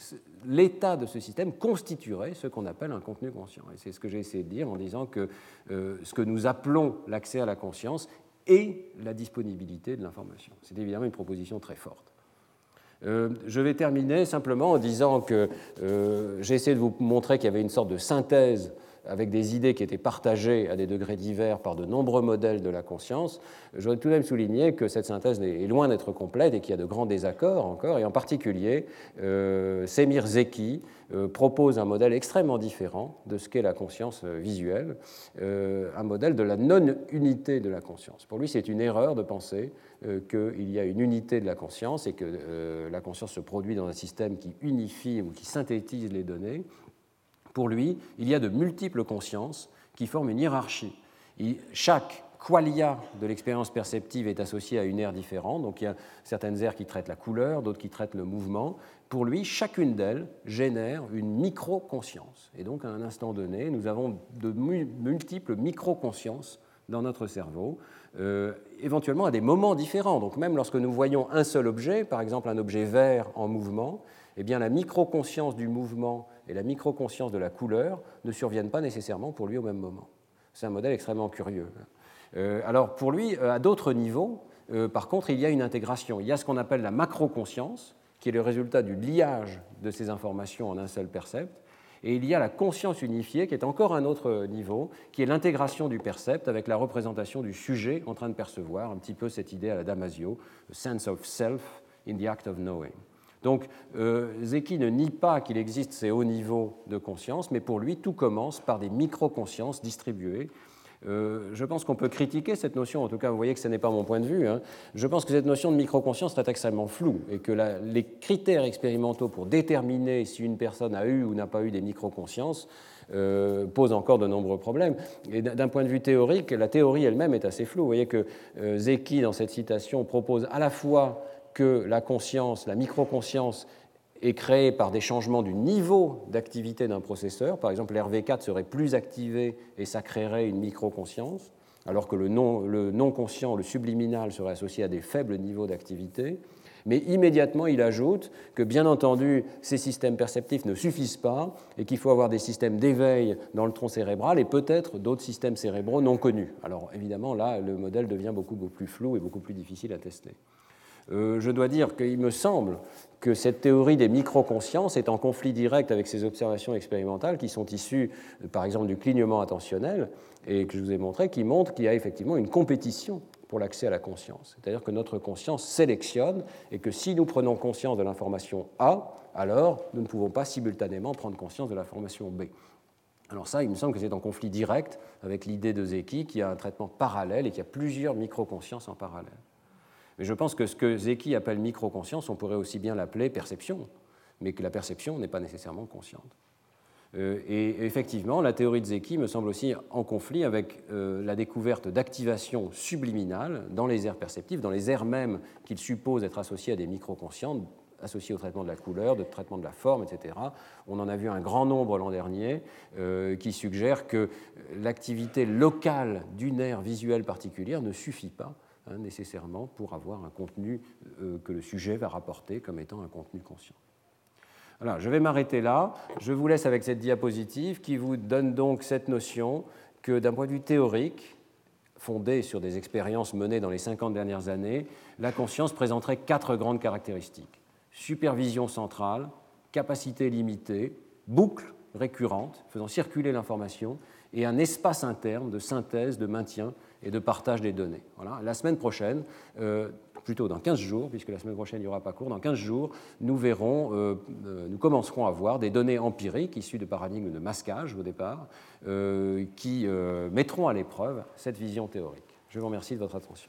l'état de ce système constituerait ce qu'on appelle un contenu conscient. Et c'est ce que j'ai essayé de dire en disant que euh, ce que nous appelons l'accès à la conscience et la disponibilité de l'information. C'est évidemment une proposition très forte. Euh, je vais terminer simplement en disant que euh, j'ai essayé de vous montrer qu'il y avait une sorte de synthèse avec des idées qui étaient partagées à des degrés divers par de nombreux modèles de la conscience. Je voudrais tout de même souligner que cette synthèse est loin d'être complète et qu'il y a de grands désaccords encore, et en particulier, euh, Semir Zeki euh, propose un modèle extrêmement différent de ce qu'est la conscience visuelle, euh, un modèle de la non-unité de la conscience. Pour lui, c'est une erreur de penser euh, qu'il y a une unité de la conscience et que euh, la conscience se produit dans un système qui unifie ou qui synthétise les données. Pour lui, il y a de multiples consciences qui forment une hiérarchie. Et chaque qualia de l'expérience perceptive est associée à une aire différente. Donc il y a certaines aires qui traitent la couleur, d'autres qui traitent le mouvement. Pour lui, chacune d'elles génère une micro-conscience. Et donc à un instant donné, nous avons de multiples micro-consciences dans notre cerveau, euh, éventuellement à des moments différents. Donc même lorsque nous voyons un seul objet, par exemple un objet vert en mouvement, eh bien la micro-conscience du mouvement et la micro-conscience de la couleur ne surviennent pas nécessairement pour lui au même moment. C'est un modèle extrêmement curieux. Euh, alors pour lui, à d'autres niveaux, euh, par contre, il y a une intégration. Il y a ce qu'on appelle la macro-conscience, qui est le résultat du liage de ces informations en un seul percept, et il y a la conscience unifiée, qui est encore un autre niveau, qui est l'intégration du percept avec la représentation du sujet en train de percevoir, un petit peu cette idée à la Damasio, the sense of self in the act of knowing. Donc, euh, Zeki ne nie pas qu'il existe ces hauts niveaux de conscience, mais pour lui, tout commence par des micro-consciences distribuées. Euh, je pense qu'on peut critiquer cette notion, en tout cas, vous voyez que ce n'est pas mon point de vue. Hein. Je pense que cette notion de micro-conscience est extrêmement floue et que la, les critères expérimentaux pour déterminer si une personne a eu ou n'a pas eu des micro-consciences euh, posent encore de nombreux problèmes. Et d'un point de vue théorique, la théorie elle-même est assez floue. Vous voyez que euh, Zeki, dans cette citation, propose à la fois que la conscience, la micro-conscience, est créée par des changements du niveau d'activité d'un processeur. Par exemple, l'R V quatre serait plus activé et ça créerait une micro-conscience, alors que le non, le non-conscient, le subliminal, serait associé à des faibles niveaux d'activité. Mais immédiatement, il ajoute que, bien entendu, ces systèmes perceptifs ne suffisent pas et qu'il faut avoir des systèmes d'éveil dans le tronc cérébral et peut-être d'autres systèmes cérébraux non connus. Alors, évidemment, là, le modèle devient beaucoup, beaucoup plus flou et beaucoup plus difficile à tester. Euh, je dois dire qu'il me semble que cette théorie des micro-consciences est en conflit direct avec ces observations expérimentales qui sont issues, par exemple, du clignement attentionnel et que je vous ai montré, qui montrent qu'il y a effectivement une compétition pour l'accès à la conscience. C'est-à-dire que notre conscience sélectionne et que si nous prenons conscience de l'information A, alors nous ne pouvons pas simultanément prendre conscience de l'information B. Alors ça, il me semble que c'est en conflit direct avec l'idée de Zeki qui a un traitement parallèle et qui a plusieurs micro-consciences en parallèle. Mais je pense que ce que Zeki appelle micro-conscience, on pourrait aussi bien l'appeler perception, mais que la perception n'est pas nécessairement consciente. Euh, et effectivement, la théorie de Zeki me semble aussi en conflit avec euh, la découverte d'activation subliminale dans les aires perceptives, dans les aires mêmes qu'il suppose être associées à des micro-consciences, associés au traitement de la couleur, de traitement de la forme, et cetera. On en a vu un grand nombre l'an dernier euh, qui suggèrent que l'activité locale d'une aire visuelle particulière ne suffit pas hein, nécessairement pour avoir un contenu euh, que le sujet va rapporter comme étant un contenu conscient. Alors, je vais m'arrêter là. Je vous laisse avec cette diapositive qui vous donne donc cette notion que d'un point de vue théorique, fondée sur des expériences menées dans les cinquante dernières années, la conscience présenterait quatre grandes caractéristiques. Supervision centrale, capacité limitée, boucle récurrente faisant circuler l'information et un espace interne de synthèse, de maintien et de partage des données. Voilà. La semaine prochaine, euh, plutôt dans quinze jours, puisque la semaine prochaine il n'y aura pas cours, dans quinze jours, nous verrons, euh, euh, nous commencerons à voir des données empiriques issues de paradigmes de masquage au départ, euh, qui euh, mettront à l'épreuve cette vision théorique. Je vous remercie de votre attention.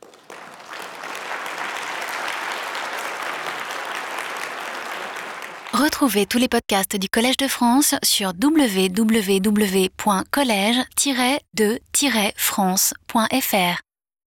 Retrouvez tous les podcasts du Collège de France sur w w w point collège tiret de tiret france point f r.